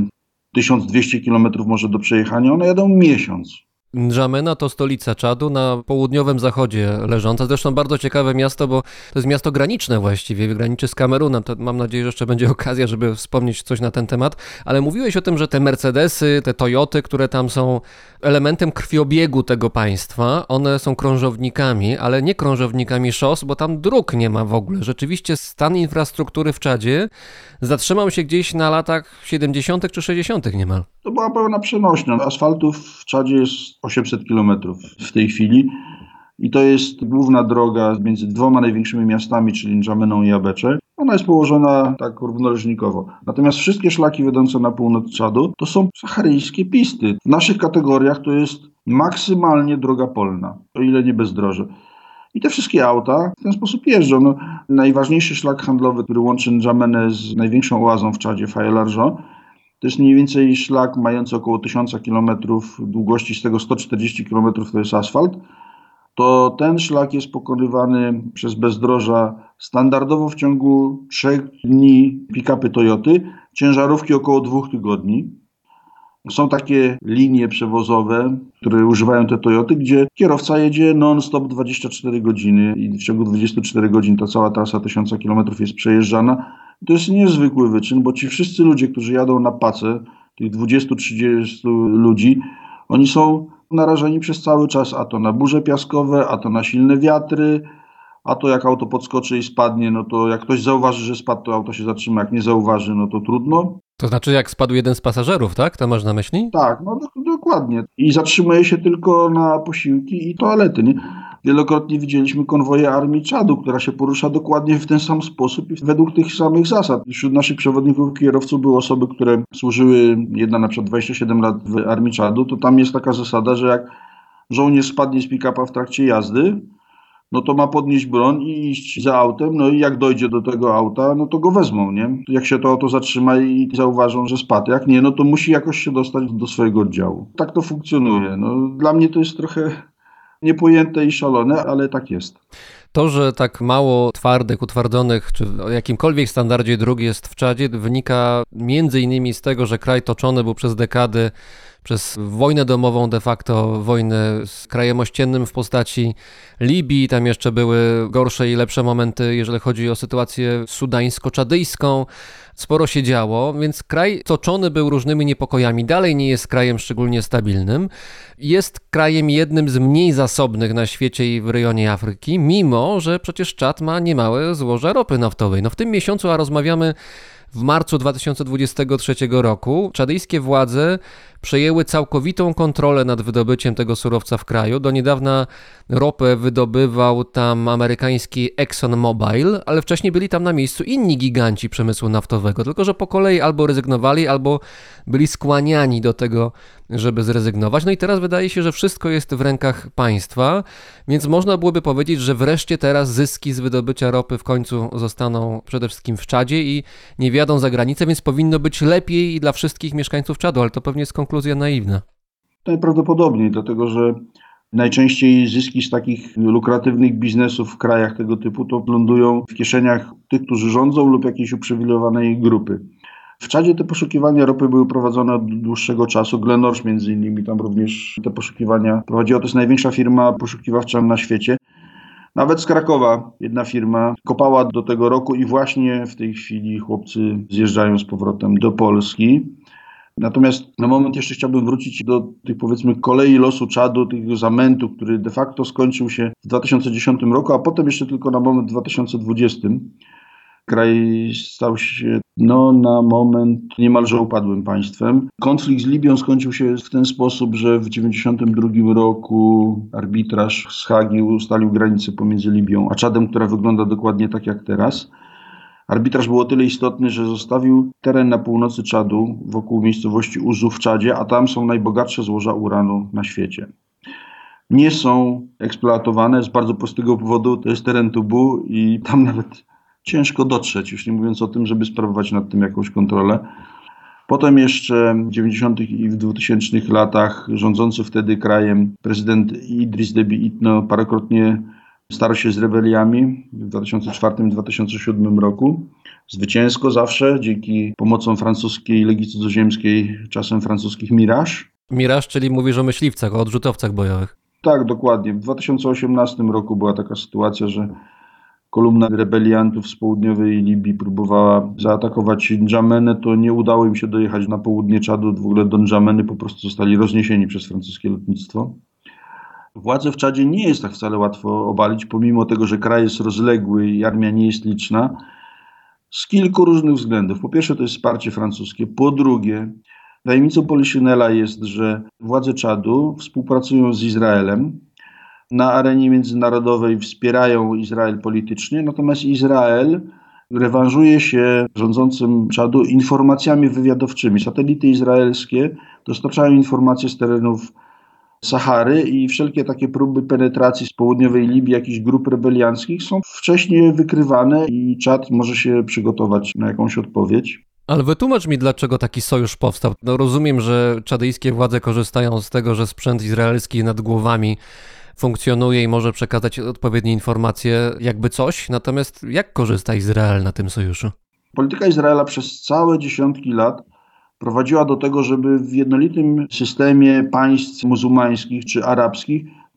1200 km może do przejechania, one jadą miesiąc. Ndżamena to stolica Czadu, na południowym zachodzie leżąca. Zresztą bardzo ciekawe miasto, bo to jest miasto graniczne właściwie, graniczy z Kamerunem. To mam nadzieję, że jeszcze będzie okazja, żeby wspomnieć coś na ten temat. Ale mówiłeś o tym, że te Mercedesy, te Toyoty, które tam są elementem krwiobiegu tego państwa, one są krążownikami, ale nie krążownikami szos, bo tam dróg nie ma w ogóle. Rzeczywiście stan infrastruktury w Czadzie zatrzymał się gdzieś na latach 70. czy 60. niemal. To była pełna przenośnia. Asfaltu w Czadzie jest 800 km w tej chwili i to jest główna droga między 2 największymi miastami, czyli Ndżameną i Abecze. Ona jest położona tak równoleżnikowo. Natomiast wszystkie szlaki wiodące na północ Czadu to są saharyjskie pisty. W naszych kategoriach to jest maksymalnie droga polna, o ile nie bezdroże. I te wszystkie auta w ten sposób jeżdżą. No, najważniejszy szlak handlowy, który łączy Ndżamenę z największą oazą w Czadzie, Faye l'Argent, to jest mniej więcej szlak mający około 1000 km długości, z tego 140 km to jest asfalt. To ten szlak jest pokonywany przez bezdroża standardowo w ciągu 3 dni pick-upy Toyoty, ciężarówki około 2 tygodni. Są takie linie przewozowe, które używają te Toyoty, gdzie kierowca jedzie non-stop 24 godziny i w ciągu 24 godzin ta cała trasa 1000 km jest przejeżdżana. To jest niezwykły wyczyn, bo ci wszyscy ludzie, którzy jadą na pacę, tych 20-30 ludzi, Oni są narażeni przez cały czas, a to na burze piaskowe, a to na silne wiatry, a to jak auto podskoczy i spadnie, no to jak ktoś zauważy, że spadł, to auto się zatrzyma, jak nie zauważy, no to trudno. To znaczy, jak spadł jeden z pasażerów, tak? To masz na myśli? Tak, no dokładnie. I zatrzymuje się tylko na posiłki i toalety, nie? Wielokrotnie widzieliśmy konwoje armii Czadu, która się porusza dokładnie w ten sam sposób i według tych samych zasad. Wśród naszych przewodników kierowców były osoby, które służyły, jedna na przykład 27 lat w armii Czadu, to tam jest taka zasada, że jak żołnierz spadnie z pick-upa w trakcie jazdy, no to ma podnieść broń i iść za autem, no i jak dojdzie do tego auta, no to go wezmą, nie? Jak się to auto zatrzyma i zauważą, że spadł, jak nie, no to musi jakoś się dostać do swojego oddziału. Tak to funkcjonuje. No, dla mnie to jest trochę niepojęte i szalone, ale tak jest. To, że tak mało twardych, utwardzonych, czy o jakimkolwiek standardzie dróg jest w Czadzie, wynika między innymi z tego, że kraj toczony był przez dekady przez wojnę domową, de facto wojnę z krajem ościennym w postaci Libii. Tam jeszcze były gorsze i lepsze momenty, jeżeli chodzi o sytuację sudańsko-czadyjską. Sporo się działo, więc kraj toczony był różnymi niepokojami. Dalej nie jest krajem szczególnie stabilnym. Jest krajem jednym z mniej zasobnych na świecie i w rejonie Afryki, mimo że przecież Czad ma niemałe złoża ropy naftowej. No w tym miesiącu, a rozmawiamy w marcu 2023 roku, czadyjskie władze przejęły całkowitą kontrolę nad wydobyciem tego surowca w kraju. Do niedawna ropę wydobywał tam amerykański ExxonMobil, ale wcześniej byli tam na miejscu inni giganci przemysłu naftowego, tylko że po kolei albo rezygnowali, albo byli skłaniani do tego, żeby zrezygnować. No i teraz wydaje się, że wszystko jest w rękach państwa, więc można byłoby powiedzieć, że wreszcie teraz zyski z wydobycia ropy w końcu zostaną przede wszystkim w Czadzie i nie wjadą za granicę, więc powinno być lepiej i dla wszystkich mieszkańców Czadu, ale to pewnie jest konkluzja naiwna. Najprawdopodobniej, dlatego że najczęściej zyski z takich lukratywnych biznesów w krajach tego typu to lądują w kieszeniach tych, którzy rządzą lub jakiejś uprzywilejowanej grupy. W Czadzie te poszukiwania ropy były prowadzone od dłuższego czasu. Glenroche między innymi tam również te poszukiwania prowadziła. To jest największa firma poszukiwawcza na świecie. Nawet z Krakowa jedna firma kopała do tego roku i właśnie w tej chwili chłopcy zjeżdżają z powrotem do Polski. Natomiast na moment jeszcze chciałbym wrócić do tych, powiedzmy, kolei losu Czadu, tego zamętu, który de facto skończył się w 2010 roku, a potem jeszcze tylko na moment w 2020. Kraj stał się na moment niemalże upadłym państwem. Konflikt z Libią skończył się w ten sposób, że w 1992 roku arbitraż z Hagi ustalił granicę pomiędzy Libią a Czadem, która wygląda dokładnie tak jak teraz. Arbitraż był o tyle istotny, że zostawił teren na północy Czadu wokół miejscowości Uzu w Czadzie, a tam są najbogatsze złoża uranu na świecie. Nie są eksploatowane z bardzo prostego powodu, to jest teren Tubu i tam nawet ciężko dotrzeć, już nie mówiąc o tym, żeby sprawować nad tym jakąś kontrolę. Potem jeszcze w 90. i w 2000 latach rządzący wtedy krajem prezydent Idris Deby Itno parokrotnie starał się z rebeliami w 2004 i 2007 roku. Zwycięsko zawsze, dzięki pomocom francuskiej Legii Cudzoziemskiej, czasem francuskich Mirage. Mirage, czyli mówisz o myśliwcach, o odrzutowcach bojowych. Tak, dokładnie. W 2018 roku była taka sytuacja, że kolumna rebeliantów z południowej Libii próbowała zaatakować N'Djamenę, to nie udało im się dojechać na południe Czadu. W ogóle do N'Djameny po prostu zostali rozniesieni przez francuskie lotnictwo. Władze w Czadzie nie jest tak wcale łatwo obalić, pomimo tego, że kraj jest rozległy i armia nie jest liczna, z kilku różnych względów. Po pierwsze, to jest wsparcie francuskie. Po drugie, tajemnicą Poliszynela jest, że władze Czadu współpracują z Izraelem. Na arenie międzynarodowej wspierają Izrael politycznie, natomiast Izrael rewanżuje się rządzącym Czadu informacjami wywiadowczymi. Satelity izraelskie dostarczają informacje z terenów Sahary i wszelkie takie próby penetracji z południowej Libii jakichś grup rebelianckich są wcześniej wykrywane i Czad może się przygotować na jakąś odpowiedź. Ale wytłumacz mi, dlaczego taki sojusz powstał. No rozumiem, że czadyjskie władze korzystają z tego, że sprzęt izraelski nad głowami funkcjonuje i może przekazać odpowiednie informacje, jakby coś. Natomiast jak korzysta Izrael na tym sojuszu? Polityka Izraela przez całe dziesiątki lat prowadziła do tego, żeby w jednolitym systemie państw muzułmańskich czy arabskich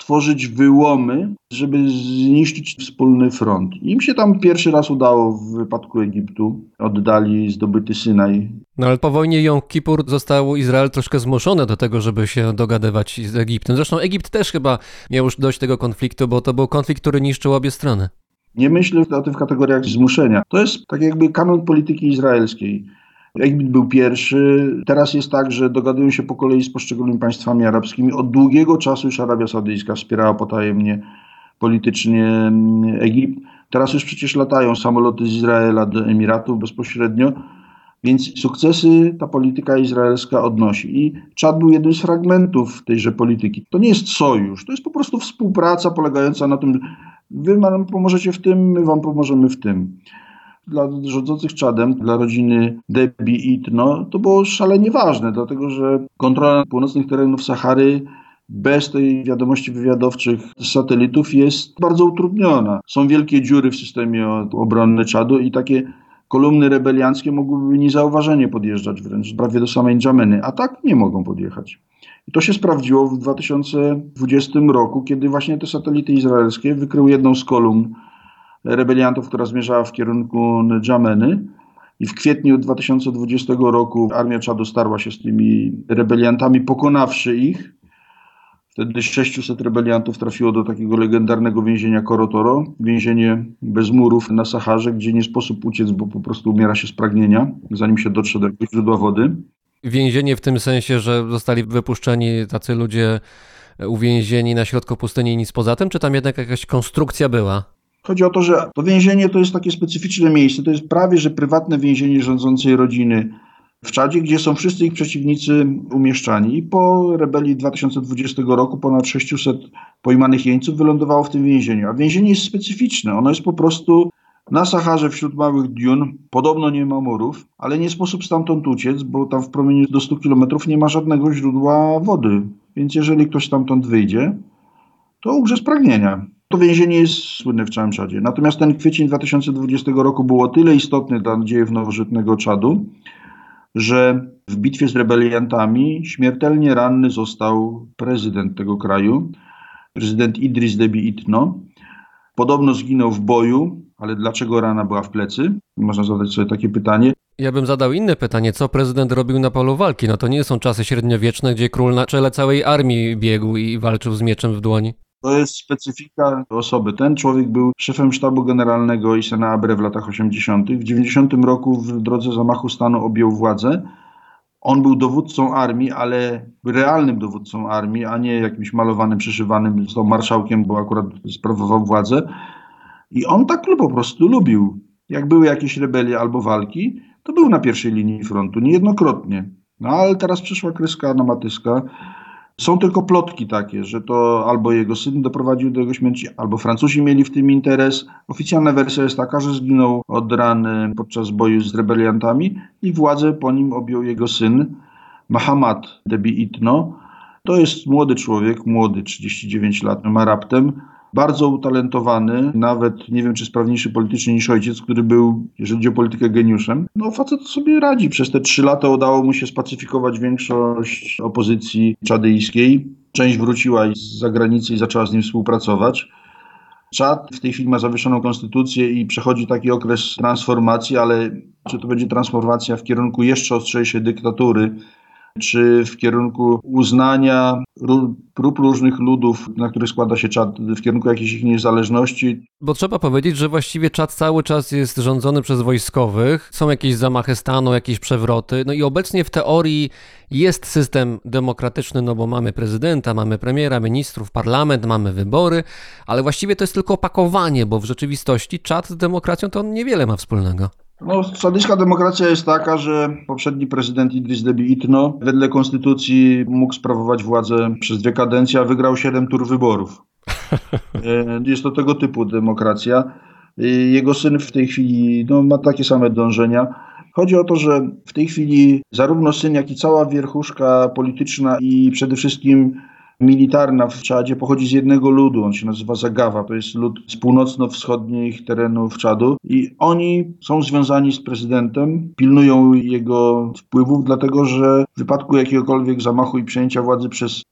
tworzyć wyłomy, żeby zniszczyć wspólny front. Im się tam pierwszy raz udało w wypadku Egiptu. Oddali zdobyty Synaj. No ale po wojnie Jom Kippur został Izrael troszkę zmuszony do tego, żeby się dogadywać z Egiptem. Zresztą Egipt też chyba miał już dość tego konfliktu, bo to był konflikt, który niszczył obie strony. Nie myślę o tym w kategoriach zmuszenia. To jest tak jakby kanon polityki izraelskiej. Egipt był pierwszy. Teraz jest tak, że dogadują się po kolei z poszczególnymi państwami arabskimi. Od długiego czasu już Arabia Saudyjska wspierała potajemnie politycznie Egipt. Teraz już przecież latają samoloty z Izraela do Emiratów bezpośrednio. Więc sukcesy ta polityka izraelska odnosi. I Czad był jednym z fragmentów tejże polityki. To nie jest sojusz, to jest po prostu współpraca polegająca na tym, wy nam pomożecie w tym, my wam pomożemy w tym. Dla rządzących Czadem, dla rodziny Debi Itno, to było szalenie ważne, dlatego że kontrola północnych terenów Sahary bez tej wiadomości wywiadowczych z satelitów jest bardzo utrudniona. Są wielkie dziury w systemie obronnym Czadu i takie kolumny rebelianckie mogłyby niezauważenie podjeżdżać wręcz prawie do samej N'Dżameny, a tak nie mogą podjechać. I to się sprawdziło w 2020 roku, kiedy właśnie te satelity izraelskie wykryły jedną z kolumn rebeliantów, która zmierzała w kierunku N'Dżameny. I w kwietniu 2020 roku armia Czadu starła się z tymi rebeliantami, pokonawszy ich. Wtedy 600 rebeliantów trafiło do takiego legendarnego więzienia Korotoro, więzienie bez murów na Saharze, gdzie nie sposób uciec, bo po prostu umiera się z pragnienia, zanim się dotrze do jakiegoś źródła wody. Więzienie w tym sensie, że zostali wypuszczeni tacy ludzie uwięzieni na środku pustyni i nic poza tym, czy tam jednak jakaś konstrukcja była? Chodzi o to, że to więzienie to jest takie specyficzne miejsce, to jest prawie że prywatne więzienie rządzącej rodziny w Czadzie, gdzie są wszyscy ich przeciwnicy umieszczani. I po rebelii 2020 roku ponad 600 pojmanych jeńców wylądowało w tym więzieniu. A więzienie jest specyficzne, ono jest po prostu na Saharze wśród małych dun, podobno nie ma murów, ale nie sposób stamtąd uciec, bo tam w promieniu do 100 km nie ma żadnego źródła wody. Więc jeżeli ktoś stamtąd wyjdzie, to umrze z pragnienia. To więzienie jest słynne w całym Czadzie. Natomiast ten kwiecień 2020 roku był o tyle istotny dla dziejów nowożytnego Czadu, że w bitwie z rebeliantami śmiertelnie ranny został prezydent tego kraju, prezydent Idris Debi Itno. Podobno zginął w boju, ale dlaczego rana była w plecy? Można zadać sobie takie pytanie. Ja bym zadał inne pytanie, co prezydent robił na polu walki? No to nie są czasy średniowieczne, gdzie król na czele całej armii biegł i walczył z mieczem w dłoni. To jest specyfika osoby. Ten człowiek był szefem sztabu generalnego Issena Abre w latach 80. W 90 roku w drodze zamachu stanu objął władzę. On był dowódcą armii, ale realnym dowódcą armii, a nie jakimś malowanym, przyszywanym. Został marszałkiem, bo akurat sprawował władzę. I on tak po prostu lubił. Jak były jakieś rebelie albo walki, to był na pierwszej linii frontu, niejednokrotnie. No ale teraz przyszła kreska na Matyska. Są tylko plotki takie, że to albo jego syn doprowadził do jego śmierci, albo Francuzi mieli w tym interes. Oficjalna wersja jest taka, że zginął od ran podczas boju z rebeliantami i władzę po nim objął jego syn, Mahamat Debi Itno. To jest młody człowiek, 39 lat ma raptem, bardzo utalentowany, nawet nie wiem czy sprawniejszy politycznie niż ojciec, który był, jeżeli chodzi o politykę, geniuszem. No facet sobie radzi. Przez te 3 lata udało mu się spacyfikować większość opozycji czadyjskiej. Część wróciła z zagranicy i zaczęła z nim współpracować. Czad w tej chwili ma zawieszoną konstytucję i przechodzi taki okres transformacji, ale czy to będzie transformacja w kierunku jeszcze ostrzejszej dyktatury, czy w kierunku uznania prób różnych ludów, na których składa się Czad, w kierunku jakiejś ich niezależności. Bo trzeba powiedzieć, że właściwie Czad cały czas jest rządzony przez wojskowych, są jakieś zamachy stanu, jakieś przewroty, no i obecnie w teorii jest system demokratyczny, no bo mamy prezydenta, mamy premiera, ministrów, parlament, mamy wybory, ale właściwie to jest tylko opakowanie, bo w rzeczywistości Czad z demokracją to niewiele ma wspólnego. No, czadyjska demokracja jest taka, że poprzedni prezydent Idris Debi Itno wedle konstytucji mógł sprawować władzę przez 2 kadencje, a wygrał 7 tur wyborów. Jest to tego typu demokracja. Jego syn w tej chwili ma takie same dążenia. Chodzi o to, że w tej chwili zarówno syn, jak i cała wierchuszka polityczna i przede wszystkim militarna w Czadzie pochodzi z jednego ludu, on się nazywa Zagawa, to jest lud z północno-wschodnich terenów Czadu i oni są związani z prezydentem, pilnują jego wpływów, dlatego że w wypadku jakiegokolwiek zamachu i przejęcia władzy przez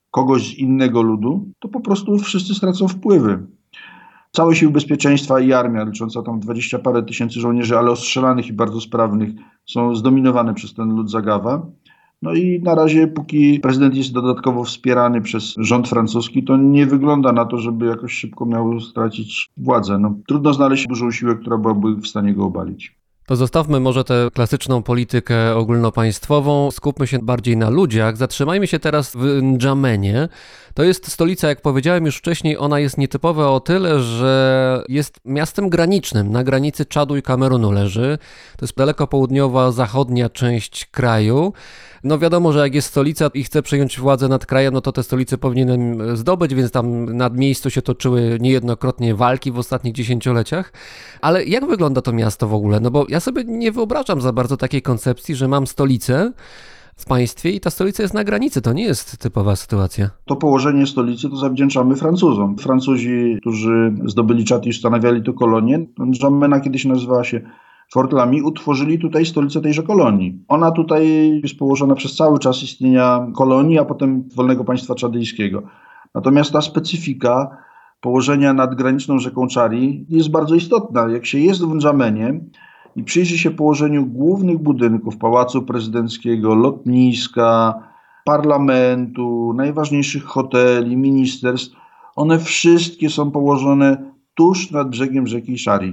kogoś z innego ludu, to po prostu wszyscy stracą wpływy. Całe siły bezpieczeństwa i armia, licząca tam 20 parę tysięcy żołnierzy, ale ostrzelanych i bardzo sprawnych, są zdominowane przez ten lud Zagawa. No i na razie, póki prezydent jest dodatkowo wspierany przez rząd francuski, to nie wygląda na to, żeby jakoś szybko miał stracić władzę. No, trudno znaleźć dużą siłę, która byłaby w stanie go obalić. To zostawmy może tę klasyczną politykę ogólnopaństwową, skupmy się bardziej na ludziach. Zatrzymajmy się teraz w Ndżamenie. To jest stolica, jak powiedziałem już wcześniej, ona jest nietypowa o tyle, że jest miastem granicznym. Na granicy Czadu i Kamerunu leży. To jest daleko południowa, zachodnia część kraju. No wiadomo, że jak jest stolica i chce przejąć władzę nad krajem, no to tę stolicę powinienem zdobyć, więc tam nad miejscu się toczyły niejednokrotnie walki w ostatnich dziesięcioleciach. Ale jak wygląda to miasto w ogóle? No bo ja sobie nie wyobrażam za bardzo takiej koncepcji, że mam stolicę w państwie i ta stolica jest na granicy. To nie jest typowa sytuacja. To położenie stolicy to zawdzięczamy Francuzom. Francuzi, którzy zdobyli Czad i ustanawiali tu kolonię, N'Djamena kiedyś nazywała się Fort Lamy, utworzyli tutaj stolicę tejże kolonii. Ona tutaj jest położona przez cały czas istnienia kolonii, a potem wolnego państwa czadyjskiego. Natomiast ta specyfika położenia nad graniczną rzeką Chari jest bardzo istotna. Jak się jest w N'Djamenie i przyjrzy się położeniu głównych budynków, pałacu prezydenckiego, lotniska, parlamentu, najważniejszych hoteli, ministerstw, one wszystkie są położone tuż nad brzegiem rzeki Chari.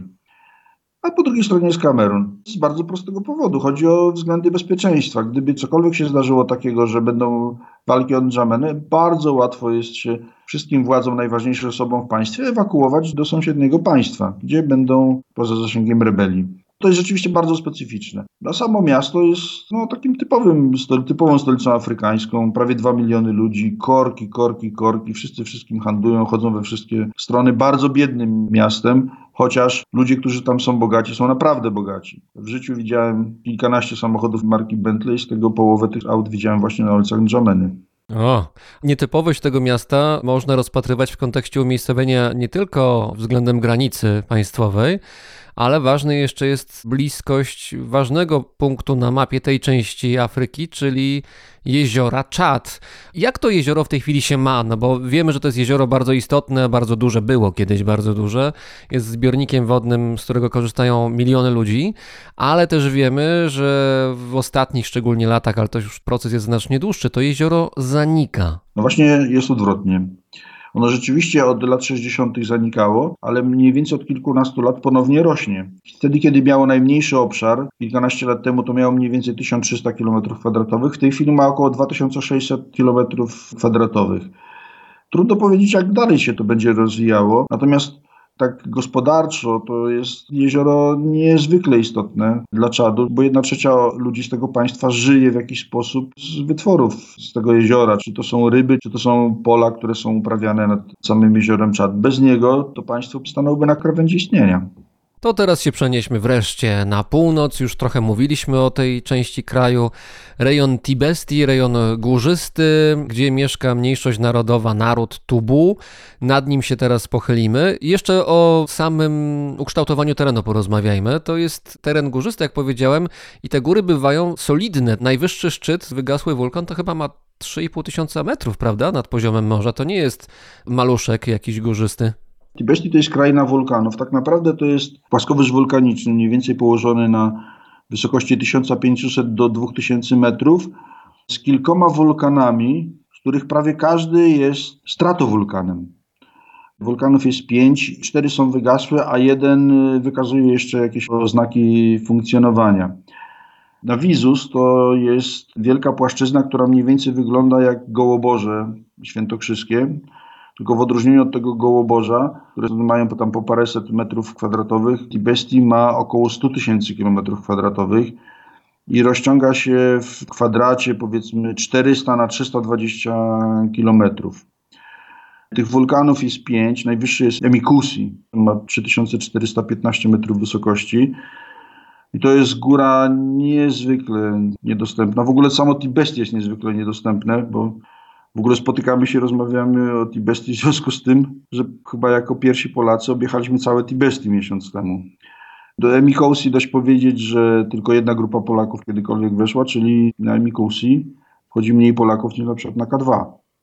A po drugiej stronie jest Kamerun. Z bardzo prostego powodu. Chodzi o względy bezpieczeństwa. Gdyby cokolwiek się zdarzyło takiego, że będą walki o N'Djamenę, bardzo łatwo jest się wszystkim władzom, najważniejszym osobom w państwie ewakuować do sąsiedniego państwa, gdzie będą poza zasięgiem rebelii. To jest rzeczywiście bardzo specyficzne. A samo miasto jest takim typową stolicą afrykańską. Prawie 2 miliony ludzi, korki. Wszyscy wszystkim handlują, chodzą we wszystkie strony. Bardzo biednym miastem, chociaż ludzie, którzy tam są bogaci, są naprawdę bogaci. W życiu widziałem kilkanaście samochodów marki Bentley, z tego połowę tych aut widziałem właśnie na ulicach N'Djameny. O, nietypowość tego miasta można rozpatrywać w kontekście umiejscowienia nie tylko względem granicy państwowej, ale ważny jeszcze jest bliskość ważnego punktu na mapie tej części Afryki, czyli jeziora Czad. Jak to jezioro w tej chwili się ma? No bo wiemy, że to jest jezioro bardzo istotne, bardzo duże, było kiedyś bardzo duże. Jest zbiornikiem wodnym, z którego korzystają miliony ludzi, ale też wiemy, że w ostatnich szczególnie latach, ale to już proces jest znacznie dłuższy, to jezioro zanika. No właśnie jest odwrotnie. Ono rzeczywiście od lat 60. zanikało, ale mniej więcej od kilkunastu lat ponownie rośnie. Wtedy, kiedy miało najmniejszy obszar, kilkanaście lat temu to miało mniej więcej 1300 km², w tej chwili ma około 2600 km². Trudno powiedzieć, jak dalej się to będzie rozwijało, natomiast tak gospodarczo to jest jezioro niezwykle istotne dla Czadu, bo 1/3 ludzi z tego państwa żyje w jakiś sposób z wytworów z tego jeziora. Czy to są ryby, czy to są pola, które są uprawiane nad samym jeziorem Czad. Bez niego to państwo stanęłoby na krawędzi istnienia. To teraz się przenieśmy wreszcie na północ, już trochę mówiliśmy o tej części kraju. Rejon Tibesti, rejon górzysty, gdzie mieszka mniejszość narodowa, naród Tubu. Nad nim się teraz pochylimy. Jeszcze o samym ukształtowaniu terenu porozmawiajmy. To jest teren górzysty, jak powiedziałem, i te góry bywają solidne. Najwyższy szczyt, wygasły wulkan, to chyba ma 3,5 tysiąca metrów, prawda, nad poziomem morza. To nie jest maluszek jakiś górzysty. Tibesti to jest kraina wulkanów. Tak naprawdę to jest płaskowyż wulkaniczny, mniej więcej położony na wysokości 1500 do 2000 metrów, z kilkoma wulkanami, z których prawie każdy jest stratowulkanem. Wulkanów jest 5, 4 są wygasłe, a jeden wykazuje jeszcze jakieś oznaki funkcjonowania. Navizus to jest wielka płaszczyzna, która mniej więcej wygląda jak Gołoborze świętokrzyskie. Tylko w odróżnieniu od tego Gołoborza, które mają tam po paręset metrów kwadratowych, Tibesti ma około 100 tysięcy kilometrów kwadratowych i rozciąga się w kwadracie powiedzmy 400 na 320 kilometrów. Tych wulkanów jest 5, najwyższy jest Emikusi, ma 3415 metrów wysokości. I to jest góra niezwykle niedostępna. W ogóle samo Tibesti jest niezwykle niedostępne, bo w ogóle spotykamy się, rozmawiamy o Tibesti w związku z tym, że chyba jako pierwsi Polacy objechaliśmy całe Tibesti miesiąc temu. Do Emikusi dość powiedzieć, że tylko jedna grupa Polaków kiedykolwiek weszła, czyli na Emikusi wchodzi mniej Polaków niż na przykład na K2.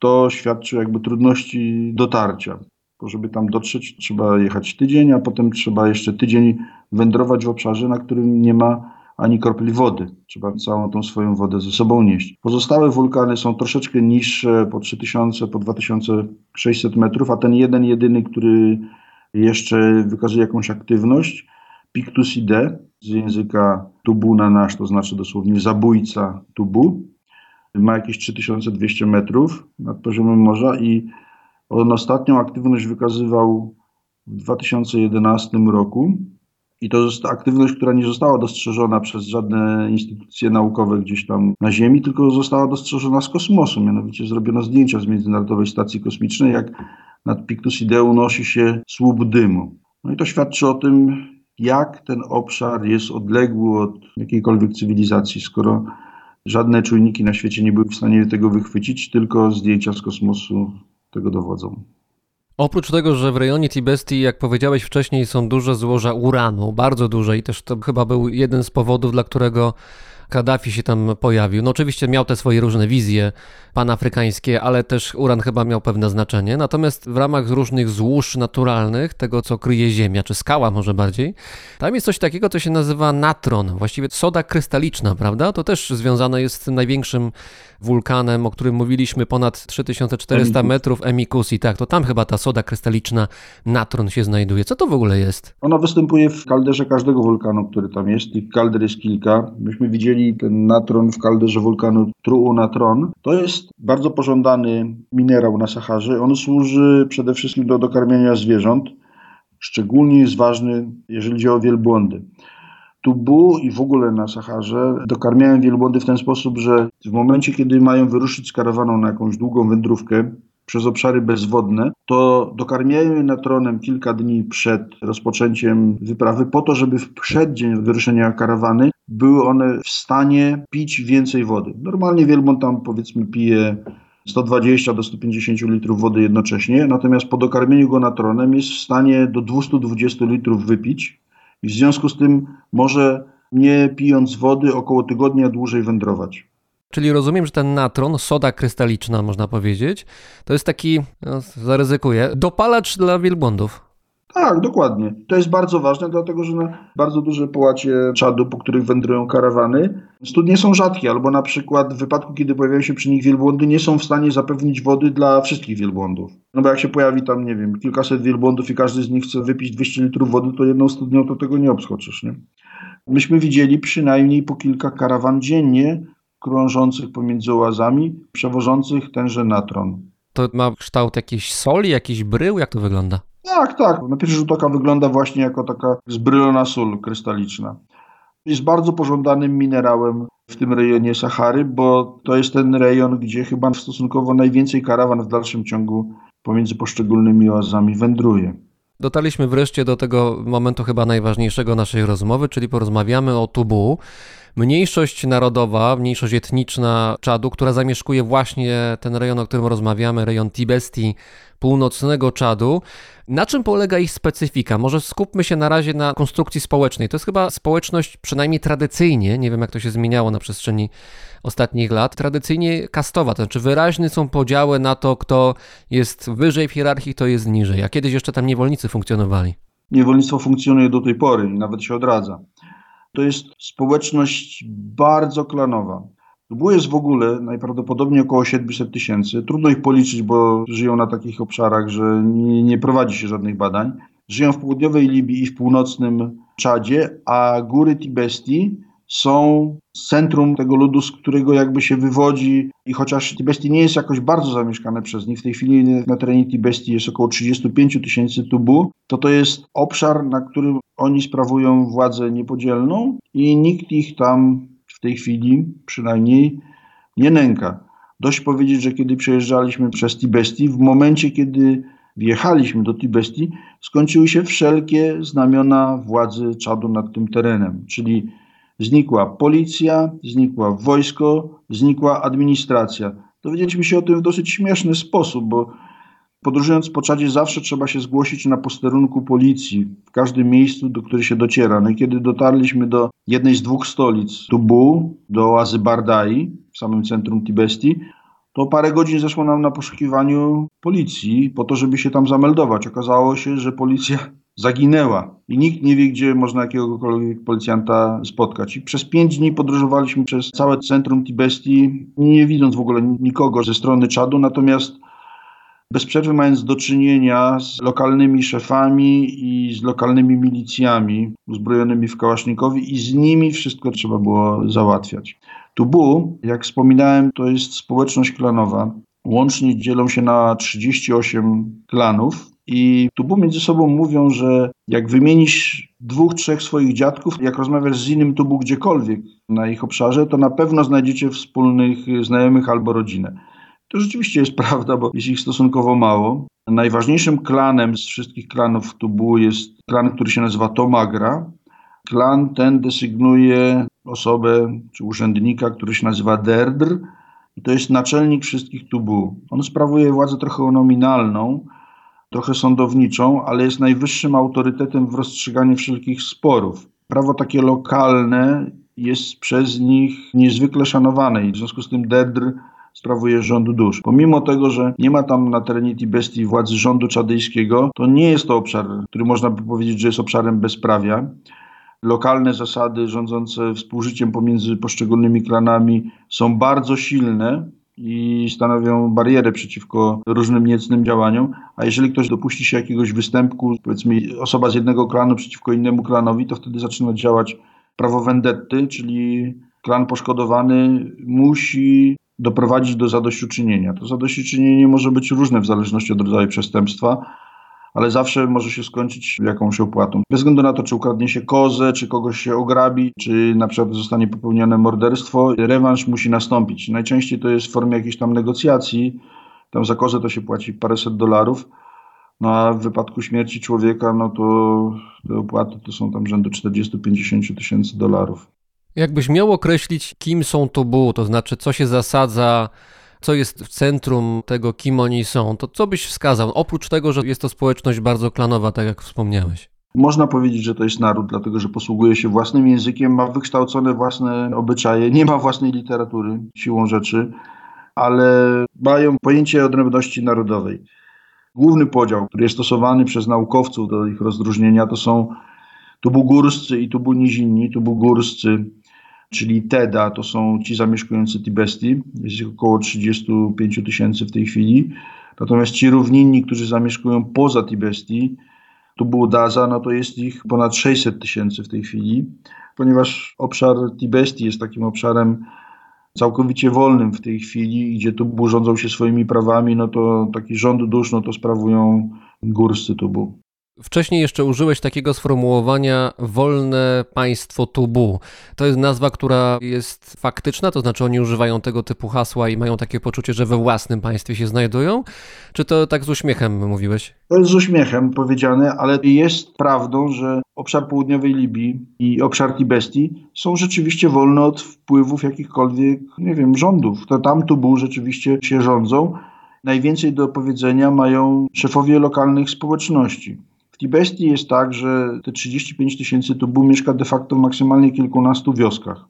to świadczy jakby trudności dotarcia. Bo żeby tam dotrzeć, trzeba jechać tydzień, a potem trzeba jeszcze tydzień wędrować w obszarze, na którym nie ma ani kropli wody. Trzeba całą tą swoją wodę ze sobą nieść. Pozostałe wulkany są troszeczkę niższe, po 3000, po 2600 metrów, a ten jeden, jedyny, który jeszcze wykazuje jakąś aktywność, Pictus Ide, z języka Tubu na nasz, to znaczy dosłownie zabójca Tubu, ma jakieś 3200 metrów nad poziomem morza i on ostatnią aktywność wykazywał w 2011 roku. I to jest aktywność, która nie została dostrzeżona przez żadne instytucje naukowe gdzieś tam na Ziemi, tylko została dostrzeżona z kosmosu. Mianowicie zrobiono zdjęcia z Międzynarodowej Stacji Kosmicznej, jak nad Pictus Ide unosi się słup dymu. No i to świadczy o tym, jak ten obszar jest odległy od jakiejkolwiek cywilizacji, skoro żadne czujniki na świecie nie były w stanie tego wychwycić, tylko zdjęcia z kosmosu tego dowodzą. Oprócz tego, że w rejonie Tibesti, jak powiedziałeś wcześniej, są duże złoża uranu, bardzo duże i też to chyba był jeden z powodów, dla którego Kaddafi się tam pojawił. No oczywiście miał te swoje różne wizje panafrykańskie, ale też uran chyba miał pewne znaczenie. Natomiast w ramach różnych złóż naturalnych, tego co kryje ziemia, czy skała może bardziej, tam jest coś takiego, co się nazywa natron, właściwie soda krystaliczna, prawda? To też związane jest z tym największym wulkanem, o którym mówiliśmy, ponad 3400 metrów, Emikusi. Tak, to tam chyba ta soda krystaliczna natron się znajduje. Co to w ogóle jest? Ona występuje w kalderze każdego wulkanu, który tam jest. Tych kalder jest kilka. Myśmy widzieli ten natron w kalderze wulkanu Truu Natron. To jest bardzo pożądany minerał na Saharze. On służy przede wszystkim do dokarmiania zwierząt. Szczególnie jest ważny, jeżeli chodzi o wielbłądy. Tubu i w ogóle na Saharze dokarmiają wielbłądy w ten sposób, że w momencie, kiedy mają wyruszyć z karawaną na jakąś długą wędrówkę przez obszary bezwodne, to dokarmiają je natronem kilka dni przed rozpoczęciem wyprawy po to, żeby w przeddzień wyruszenia karawany były one w stanie pić więcej wody. Normalnie wielbłąd tam powiedzmy pije 120 do 150 litrów wody jednocześnie, natomiast po dokarmieniu go natronem jest w stanie do 220 litrów wypić. I w związku z tym może, nie pijąc wody, około tygodnia dłużej wędrować. Czyli rozumiem, że ten natron, soda krystaliczna można powiedzieć, to jest taki, no, zaryzykuję, dopalacz dla wielbłądów. Tak, dokładnie. To jest bardzo ważne, dlatego że na bardzo duże połacie Czadu, po których wędrują karawany, studnie są rzadkie, albo na przykład w wypadku, kiedy pojawiają się przy nich wielbłądy, nie są w stanie zapewnić wody dla wszystkich wielbłądów. No bo jak się pojawi tam, nie wiem, kilkaset wielbłądów i każdy z nich chce wypić 200 litrów wody, to jedną studnią to tego nie obskoczysz, nie? Myśmy widzieli przynajmniej po kilka karawan dziennie krążących pomiędzy oazami, przewożących tenże natron. To ma kształt jakiejś soli, jakiś brył? Jak to wygląda? Tak. Na pierwszy rzut oka wygląda właśnie jako taka zbrylona sól krystaliczna. Jest bardzo pożądanym minerałem w tym rejonie Sahary, bo to jest ten rejon, gdzie chyba stosunkowo najwięcej karawan w dalszym ciągu pomiędzy poszczególnymi oazami wędruje. Dotarliśmy wreszcie do tego momentu chyba najważniejszego naszej rozmowy, czyli porozmawiamy o Tubu. Mniejszość narodowa, mniejszość etniczna Czadu, która zamieszkuje właśnie ten rejon, o którym rozmawiamy, rejon Tibesti, północnego Czadu. Na czym polega ich specyfika? Może skupmy się na razie na konstrukcji społecznej. To jest chyba społeczność przynajmniej tradycyjnie, nie wiem jak to się zmieniało na przestrzeni ostatnich lat, tradycyjnie kastowa, to znaczy wyraźne są podziały na to, kto jest wyżej w hierarchii, kto jest niżej, a kiedyś jeszcze tam niewolnicy funkcjonowali. Niewolnictwo funkcjonuje do tej pory i nawet się odradza. To jest społeczność bardzo klanowa. Tubu jest w ogóle najprawdopodobniej około 700 000. Trudno ich policzyć, bo żyją na takich obszarach, że nie prowadzi się żadnych badań. Żyją w południowej Libii i w północnym Czadzie, a góry Tibesti są centrum tego ludu, z którego jakby się wywodzi i chociaż Tibesti nie jest jakoś bardzo zamieszkane przez nich, w tej chwili na terenie Tibesti jest około 35 000 Tubu, to jest obszar, na którym oni sprawują władzę niepodzielną i nikt ich tam w tej chwili przynajmniej nie nęka. Dość powiedzieć, że kiedy przejeżdżaliśmy przez Tibesti, w momencie kiedy wjechaliśmy do Tibesti, skończyły się wszelkie znamiona władzy Czadu nad tym terenem, czyli znikła policja, znikła wojsko, znikła administracja. Dowiedzieliśmy się o tym w dosyć śmieszny sposób, bo podróżując po Czadzie zawsze trzeba się zgłosić na posterunku policji w każdym miejscu, do którego się dociera. No i kiedy dotarliśmy do jednej z dwóch stolic Tubu, do oazy Bardai, w samym centrum Tibesti, to parę godzin zeszło nam na poszukiwaniu policji po to, żeby się tam zameldować. Okazało się, że policja zaginęła i nikt nie wie, gdzie można jakiegokolwiek policjanta spotkać. I przez 5 dni podróżowaliśmy przez całe centrum Tibesti, nie widząc w ogóle nikogo ze strony Czadu, natomiast bez przerwy mając do czynienia z lokalnymi szefami i z lokalnymi milicjami uzbrojonymi w kałasznikowi i z nimi wszystko trzeba było załatwiać. Tubu, jak wspominałem, to jest społeczność klanowa. Łącznie dzielą się na 38 klanów i Tubu między sobą mówią, że jak wymienisz 2-3 swoich dziadków, jak rozmawiasz z innym Tubu gdziekolwiek na ich obszarze, to na pewno znajdziecie wspólnych znajomych albo rodzinę. To rzeczywiście jest prawda, bo jest ich stosunkowo mało. Najważniejszym klanem z wszystkich klanów w Tubu jest klan, który się nazywa Tomagra. Klan ten desygnuje osobę czy urzędnika, który się nazywa Derdr i to jest naczelnik wszystkich Tubu. On sprawuje władzę trochę nominalną, trochę sądowniczą, ale jest najwyższym autorytetem w rozstrzyganiu wszelkich sporów. Prawo takie lokalne jest przez nich niezwykle szanowane i w związku z tym Derdr sprawuje rząd dusz. Pomimo tego, że nie ma tam na terenie Tibesti władzy rządu czadyjskiego, to nie jest to obszar, który można by powiedzieć, że jest obszarem bezprawia. Lokalne zasady rządzące współżyciem pomiędzy poszczególnymi klanami są bardzo silne i stanowią barierę przeciwko różnym niecnym działaniom, a jeżeli ktoś dopuści się jakiegoś występku, powiedzmy osoba z jednego klanu przeciwko innemu klanowi, to wtedy zaczyna działać prawo vendetty, czyli klan poszkodowany musi doprowadzić do zadośćuczynienia. To zadośćuczynienie może być różne w zależności od rodzaju przestępstwa, ale zawsze może się skończyć jakąś opłatą. Bez względu na to, czy ukradnie się kozę, czy kogoś się ograbi, czy na przykład zostanie popełnione morderstwo, rewanż musi nastąpić. Najczęściej to jest w formie jakiejś tam negocjacji. Tam za kozę to się płaci paręset dolarów. No a w wypadku śmierci człowieka, no to te opłaty to są tam rzędu 40-50 tysięcy dolarów. Jakbyś miał określić, kim są Tubu, to znaczy co się zasadza, co jest w centrum tego, kim oni są, to co byś wskazał? Oprócz tego, że jest to społeczność bardzo klanowa, tak jak wspomniałeś. Można powiedzieć, że to jest naród, dlatego że posługuje się własnym językiem, ma wykształcone własne obyczaje, nie ma własnej literatury siłą rzeczy, ale mają pojęcie odrębności narodowej. Główny podział, który jest stosowany przez naukowców do ich rozróżnienia, to są Tubugórscy i Tubunizinni. Tubugórscy, czyli Teda, to są ci zamieszkujący Tibesti, jest ich około 35 tysięcy w tej chwili. Natomiast ci równinni, którzy zamieszkują poza Tibesti, Tubu Daza, no to jest ich ponad 600 tysięcy w tej chwili, ponieważ obszar Tibesti jest takim obszarem całkowicie wolnym w tej chwili, gdzie Tubu rządzą się swoimi prawami, no to taki rząd dusz, no to sprawują górscy Tubu. Wcześniej jeszcze użyłeś takiego sformułowania wolne państwo Tubu. To jest nazwa, która jest faktyczna, to znaczy oni używają tego typu hasła i mają takie poczucie, że we własnym państwie się znajdują? Czy to tak z uśmiechem mówiłeś? To jest z uśmiechem powiedziane, ale jest prawdą, że obszar południowej Libii i obszar Tibesti są rzeczywiście wolne od wpływów jakichkolwiek, nie wiem, rządów. To tam Tubu rzeczywiście się rządzą. Najwięcej do powiedzenia mają szefowie lokalnych społeczności. W Tibesti jest tak, że te 35 tysięcy Tubu mieszka de facto w maksymalnie kilkunastu wioskach.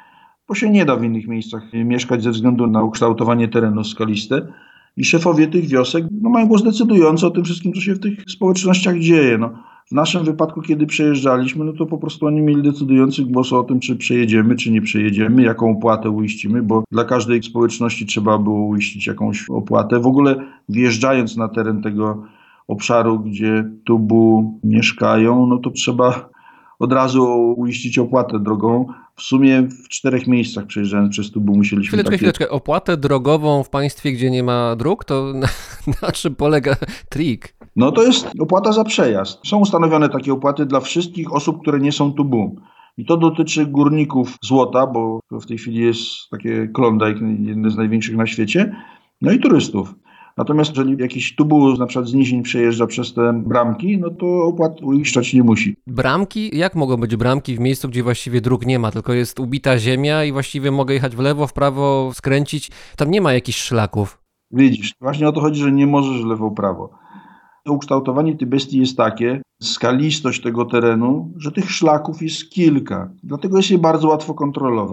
Bo się nie da w innych miejscach mieszkać ze względu na ukształtowanie terenu skaliste. I szefowie tych wiosek mają głos decydujący o tym wszystkim, co się w tych społecznościach dzieje. W naszym wypadku, kiedy przejeżdżaliśmy, no to po prostu oni mieli decydujący głos o tym, czy przejedziemy, czy nie przejedziemy, jaką opłatę uiścimy, bo dla każdej społeczności trzeba było uiścić jakąś opłatę. W ogóle wjeżdżając na teren tego obszaru, gdzie Tubu mieszkają, no to trzeba od razu uiścić opłatę drogową. W sumie w 4 miejscach przejeżdżając przez Tubu musieliśmy Chwileczkę. Opłatę drogową w państwie, gdzie nie ma dróg, to na czym polega trik? No to jest opłata za przejazd. Są ustanowione takie opłaty dla wszystkich osób, które nie są Tubu. I to dotyczy górników złota, bo to w tej chwili jest takie Klondike, jedne z największych na świecie, no i turystów. Natomiast jeżeli jakiś Tubu na przykład z nizin przejeżdża przez te bramki, no to opłat uiszczać nie musi. Bramki? Jak mogą być bramki w miejscu, gdzie właściwie dróg nie ma, tylko jest ubita ziemia i właściwie mogę jechać w lewo, w prawo, skręcić? Tam nie ma jakichś szlaków. Widzisz, właśnie o to chodzi, że nie możesz lewo, prawo. Ukształtowanie Tibesti jest takie, skalistość tego terenu, że tych szlaków jest kilka. Dlatego jest je bardzo łatwo kontrolować.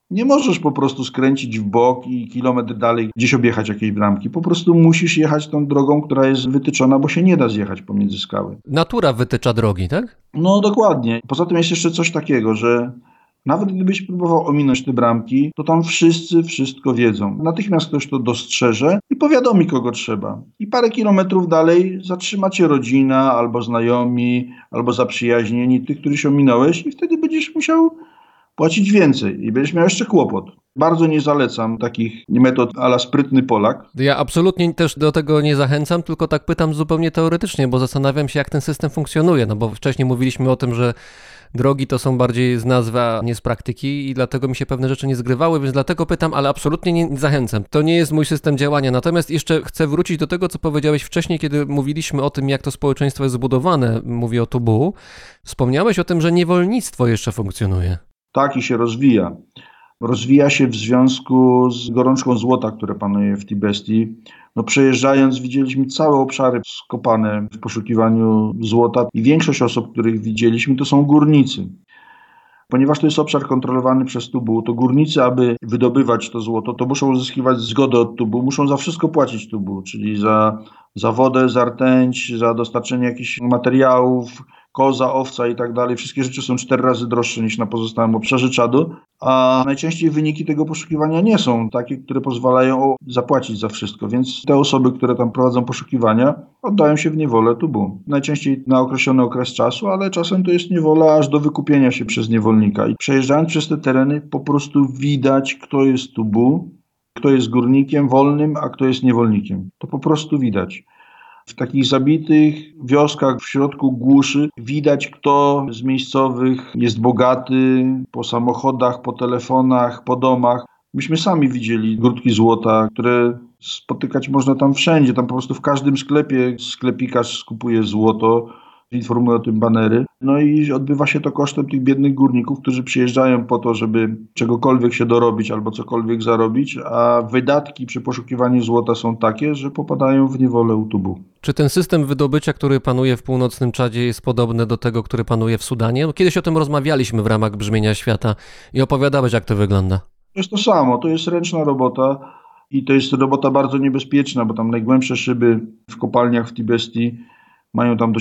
Nie możesz po prostu skręcić w bok i kilometr dalej gdzieś objechać jakiejś bramki. Po prostu musisz jechać tą drogą, która jest wytyczona, bo się nie da zjechać pomiędzy skały. Natura wytycza drogi, tak? No dokładnie. Poza tym jest jeszcze coś takiego, że nawet gdybyś próbował ominąć te bramki, to tam wszyscy wszystko wiedzą. Natychmiast ktoś to dostrzeże i powiadomi, kogo trzeba. I parę kilometrów dalej zatrzyma cię rodzina, albo znajomi, albo zaprzyjaźnieni tych, których się ominąłeś i wtedy będziesz musiał płacić więcej i będziesz miał jeszcze kłopot. Bardzo nie zalecam takich metod a la sprytny Polak. Ja absolutnie też do tego nie zachęcam, tylko tak pytam zupełnie teoretycznie, bo zastanawiam się, jak ten system funkcjonuje, no bo wcześniej mówiliśmy o tym, że drogi to są bardziej z nazwy, a nie z praktyki i dlatego mi się pewne rzeczy nie zgrywały, więc dlatego pytam, ale absolutnie nie zachęcam. To nie jest mój system działania. Natomiast jeszcze chcę wrócić do tego, co powiedziałeś wcześniej, kiedy mówiliśmy o tym, jak to społeczeństwo jest zbudowane, mówię o Tubu. Wspomniałeś o tym, że niewolnictwo jeszcze funkcjonuje. Tak i się rozwija. Rozwija się w związku z gorączką złota, które panuje w Tibestii. No przejeżdżając widzieliśmy całe obszary skopane w poszukiwaniu złota i większość osób, których widzieliśmy, to są górnicy. Ponieważ to jest obszar kontrolowany przez Tubu, to górnicy, aby wydobywać to złoto, to muszą uzyskiwać zgodę od Tubu, muszą za wszystko płacić Tubu, czyli za wodę, za rtęć, za dostarczenie jakichś materiałów, koza, owca i tak dalej. Wszystkie rzeczy są 4 razy droższe niż na pozostałym obszarze Czadu, a najczęściej wyniki tego poszukiwania nie są takie, które pozwalają zapłacić za wszystko, więc te osoby, które tam prowadzą poszukiwania, oddają się w niewolę Tubu. Najczęściej na określony okres czasu, ale czasem to jest niewola aż do wykupienia się przez niewolnika. I przejeżdżając przez te tereny po prostu widać, kto jest Tubu, kto jest górnikiem wolnym, a kto jest niewolnikiem. To po prostu widać. W takich zabitych wioskach w środku głuszy widać, kto z miejscowych jest bogaty, po samochodach, po telefonach, po domach. Myśmy sami widzieli grudki złota, które spotykać można tam wszędzie. Tam po prostu w każdym sklepie sklepikarz skupuje złoto, informuje o tym banery. No i odbywa się to kosztem tych biednych górników, którzy przyjeżdżają po to, żeby czegokolwiek się dorobić albo cokolwiek zarobić, a wydatki przy poszukiwaniu złota są takie, że popadają w niewolę u Tubu. Czy ten system wydobycia, który panuje w północnym Czadzie, jest podobny do tego, który panuje w Sudanie? No, kiedyś o tym rozmawialiśmy w ramach Brzmienia Świata i opowiadałeś, jak to wygląda. To jest to samo, to jest ręczna robota i to jest robota bardzo niebezpieczna, bo tam najgłębsze szyby w kopalniach w Tibestii mają tam do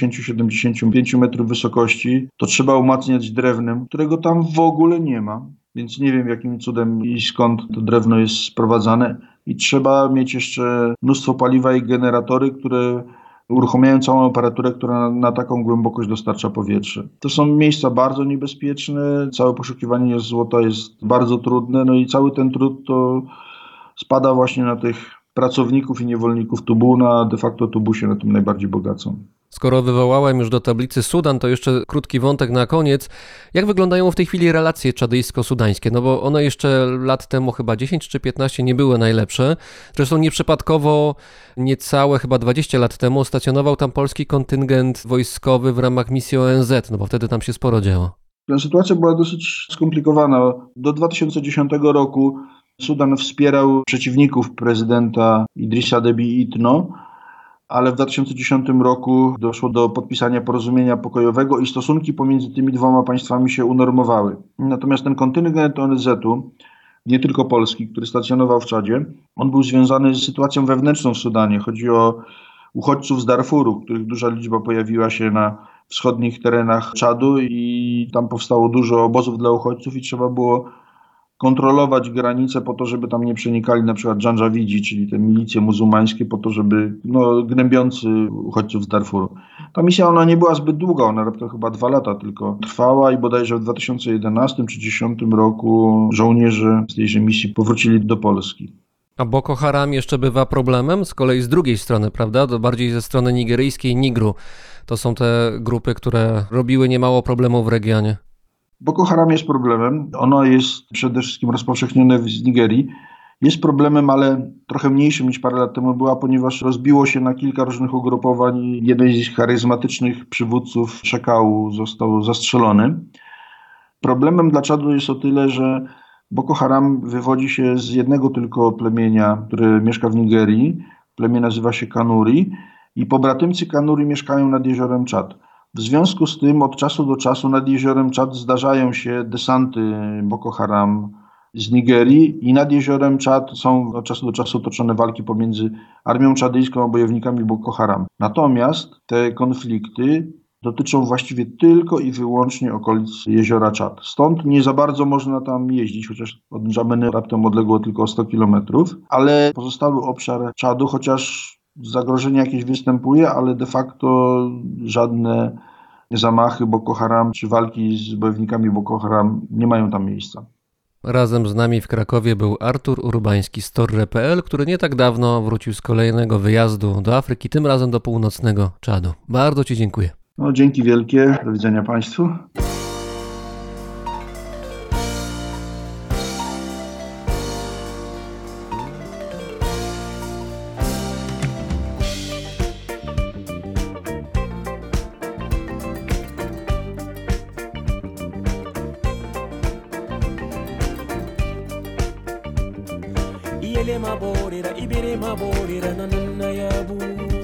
70-75 metrów wysokości, to trzeba umacniać drewnem, którego tam w ogóle nie ma, więc nie wiem jakim cudem i skąd to drewno jest sprowadzane i trzeba mieć jeszcze mnóstwo paliwa i generatory, które uruchamiają całą aparaturę, która na taką głębokość dostarcza powietrze. To są miejsca bardzo niebezpieczne, całe poszukiwanie złota jest bardzo trudne, no i cały ten trud to spada właśnie na tych pracowników i niewolników Tubu, a de facto Tubu się na tym najbardziej bogacą. Skoro wywołałem już do tablicy Sudan, to jeszcze krótki wątek na koniec. Jak wyglądają w tej chwili relacje czadyjsko-sudańskie? No bo one jeszcze lat temu, chyba 10 czy 15, nie były najlepsze. Zresztą nieprzypadkowo niecałe chyba 20 lat temu stacjonował tam polski kontyngent wojskowy w ramach misji ONZ, no bo wtedy tam się sporo działo. Ta sytuacja była dosyć skomplikowana. Do 2010 roku Sudan wspierał przeciwników prezydenta Idrissa Déby Itno, ale w 2010 roku doszło do podpisania porozumienia pokojowego i stosunki pomiędzy tymi dwoma państwami się unormowały. Natomiast ten kontyngent ONZ-u, nie tylko polski, który stacjonował w Czadzie, on był związany z sytuacją wewnętrzną w Sudanie. Chodzi o uchodźców z Darfuru, których duża liczba pojawiła się na wschodnich terenach Czadu i tam powstało dużo obozów dla uchodźców i trzeba było kontrolować granice po to, żeby tam nie przenikali na przykład Dżandżawidzi, czyli te milicje muzułmańskie, po to, żeby gnębiący uchodźców z Darfuru. Ta misja ona nie była zbyt długa, ona raptem chyba 2 lata tylko trwała i bodajże w 2011 czy 2010 roku żołnierze z tejże misji powrócili do Polski. A Boko Haram jeszcze bywa problemem z kolei z drugiej strony, prawda? To bardziej ze strony nigeryjskiej Nigru. To są te grupy, które robiły niemało problemów w regionie. Boko Haram jest problemem. Ono jest przede wszystkim rozpowszechnione w Nigerii. Jest problemem, ale trochę mniejszym niż parę lat temu była, ponieważ rozbiło się na kilka różnych ugrupowań. Jeden z ich charyzmatycznych przywódców Szekału został zastrzelony. Problemem dla Czadu jest o tyle, że Boko Haram wywodzi się z jednego tylko plemienia, które mieszka w Nigerii. Plemię nazywa się Kanuri i pobratymcy Kanuri mieszkają nad jeziorem Czad. W związku z tym od czasu do czasu nad jeziorem Czad zdarzają się desanty Boko Haram z Nigerii i nad jeziorem Czad są od czasu do czasu toczone walki pomiędzy armią czadyjską a bojownikami Boko Haram. Natomiast te konflikty dotyczą właściwie tylko i wyłącznie okolic jeziora Czad. Stąd nie za bardzo można tam jeździć, chociaż od N'Djameny raptem odległo tylko 100 kilometrów, ale pozostały obszar Czadu, chociaż zagrożenie jakieś występuje, ale de facto żadne zamachy Boko Haram czy walki z bojownikami Boko Haram nie mają tam miejsca. Razem z nami w Krakowie był Artur Urbański z Torre.pl, który nie tak dawno wrócił z kolejnego wyjazdu do Afryki, tym razem do północnego Czadu. Bardzo Ci dziękuję. No, dzięki wielkie. Do widzenia Państwu. Iyele maborera, ibere maborera, nanana yabu.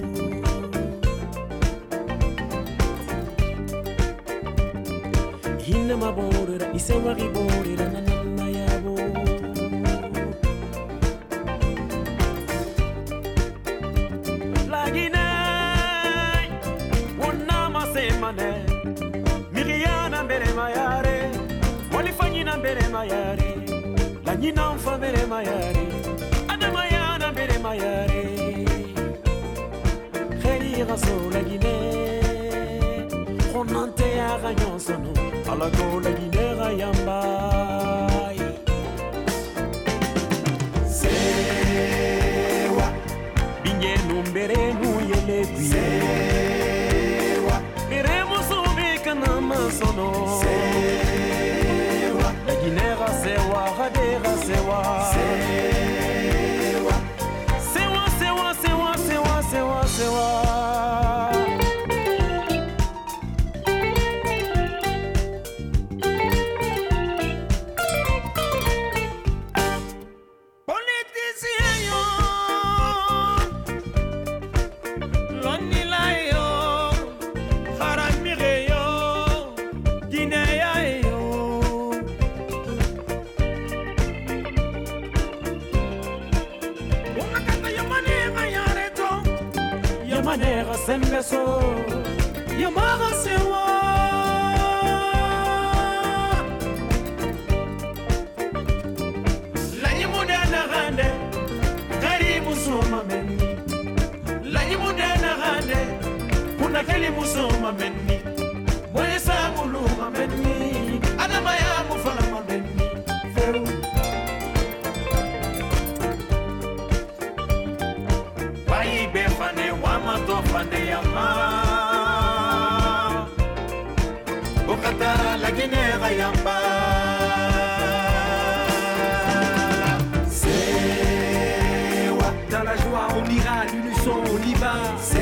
Hinna maborera, isewari borera, nanana yabu. Lagine, wonna masemane, Miriana bere mayare, walifanyina bere mayare, la nyina mfa bere mayare. Adamayana bere mayare Kheri raso la Guinée Honante ya ganyon sono Ala go la Guinée rayamba Sewa Binye numbere nu yele bi Sewa Bere musubi kanama sono Sewa La Guinée rasewa Hade rasewa Sewa Yamanera sembeso Yamara sewa Lanyi mudana gande Karibu soma menni Lanyi mudana gande Kuna kalibu soma menni Moye samuluma menni Adama ya mufalama menni Feru Bayi befane wamato fane yama Bokatara la Guinée rayamba Sewa Dans la joie on ira, l'unisson on y va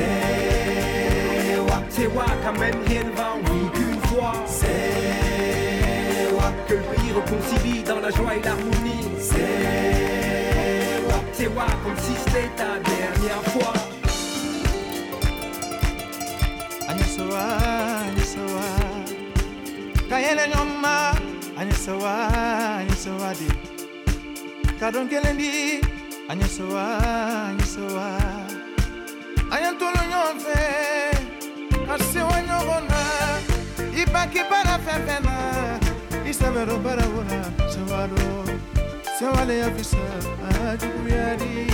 Sewa Sewa quand même rien ne va, on vit qu'une fois Sewa Que le pays reconcilie dans la joie et l'harmonie Sewa Sewa comme si c'était ta dernière fois Anyesowa, anyesowa Kayele nyoma Anyesowa, anyesowa di Kadon kelendi Anyesowa, anyesowa Ayantolo nyomfe Asewa nyogona Ipaki para fefena Isabero para wona Sewado Sewale ya visa Ajukuyadi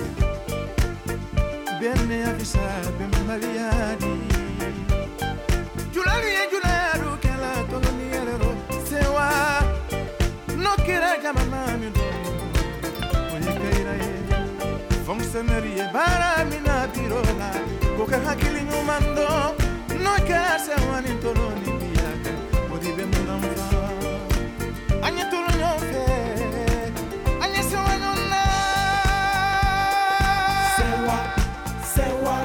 Benne ya visa Bemmaliadi Julali ya jularu Kela toloni erero Sewa Nokira kama mami do Oye kaira ye Fonctionnaire ye bara mina birola Koka hakili nyumando Noka sewa ni toloni biyaka Odi bemmu namfa Anye tolo nyomfe Anye sewa nyonna Sewa Sewa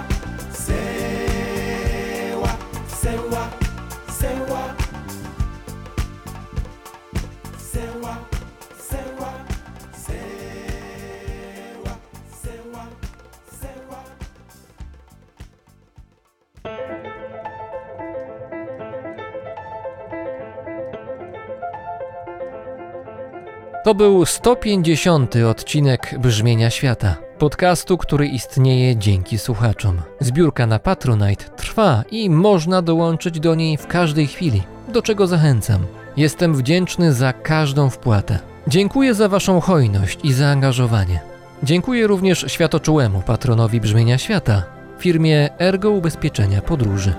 Sewa Sewa Sewa Sewa Sewa Sewa Sewa Sewa To był 150. odcinek Brzmienia Świata, podcastu, który istnieje dzięki słuchaczom. Zbiórka na Patronite trwa i można dołączyć do niej w każdej chwili, do czego zachęcam. Jestem wdzięczny za każdą wpłatę. Dziękuję za waszą hojność i zaangażowanie. Dziękuję również światoczułemu patronowi Brzmienia Świata, firmie Ergo Ubezpieczenia Podróży.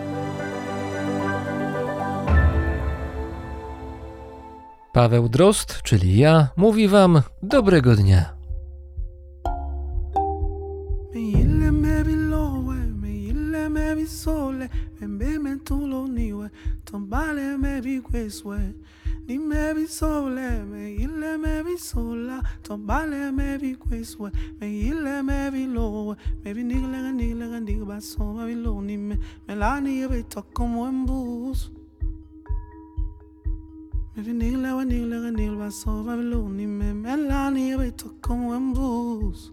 Paweł Drozd, czyli ja, mówi wam dobrego dnia. Maybe nigla va so Babiloni me melani we to come and booze.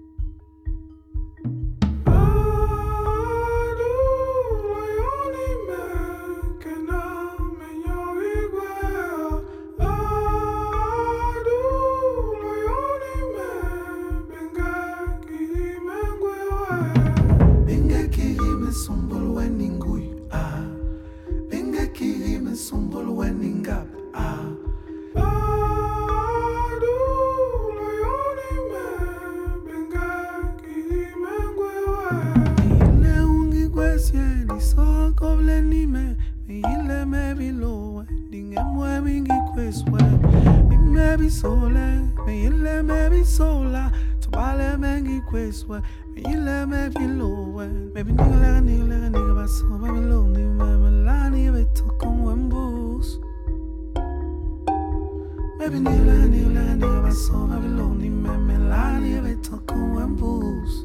Maybe nigga va so Babiloni me melani we to come and booze. Maybe nigga va so Babiloni me melani we to come and booze.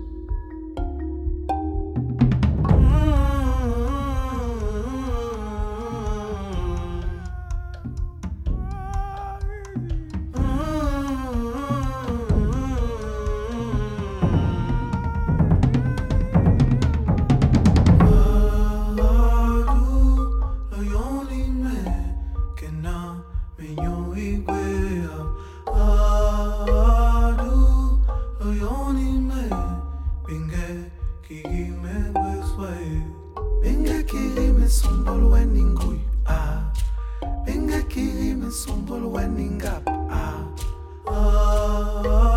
Venga, que me sombolo when up.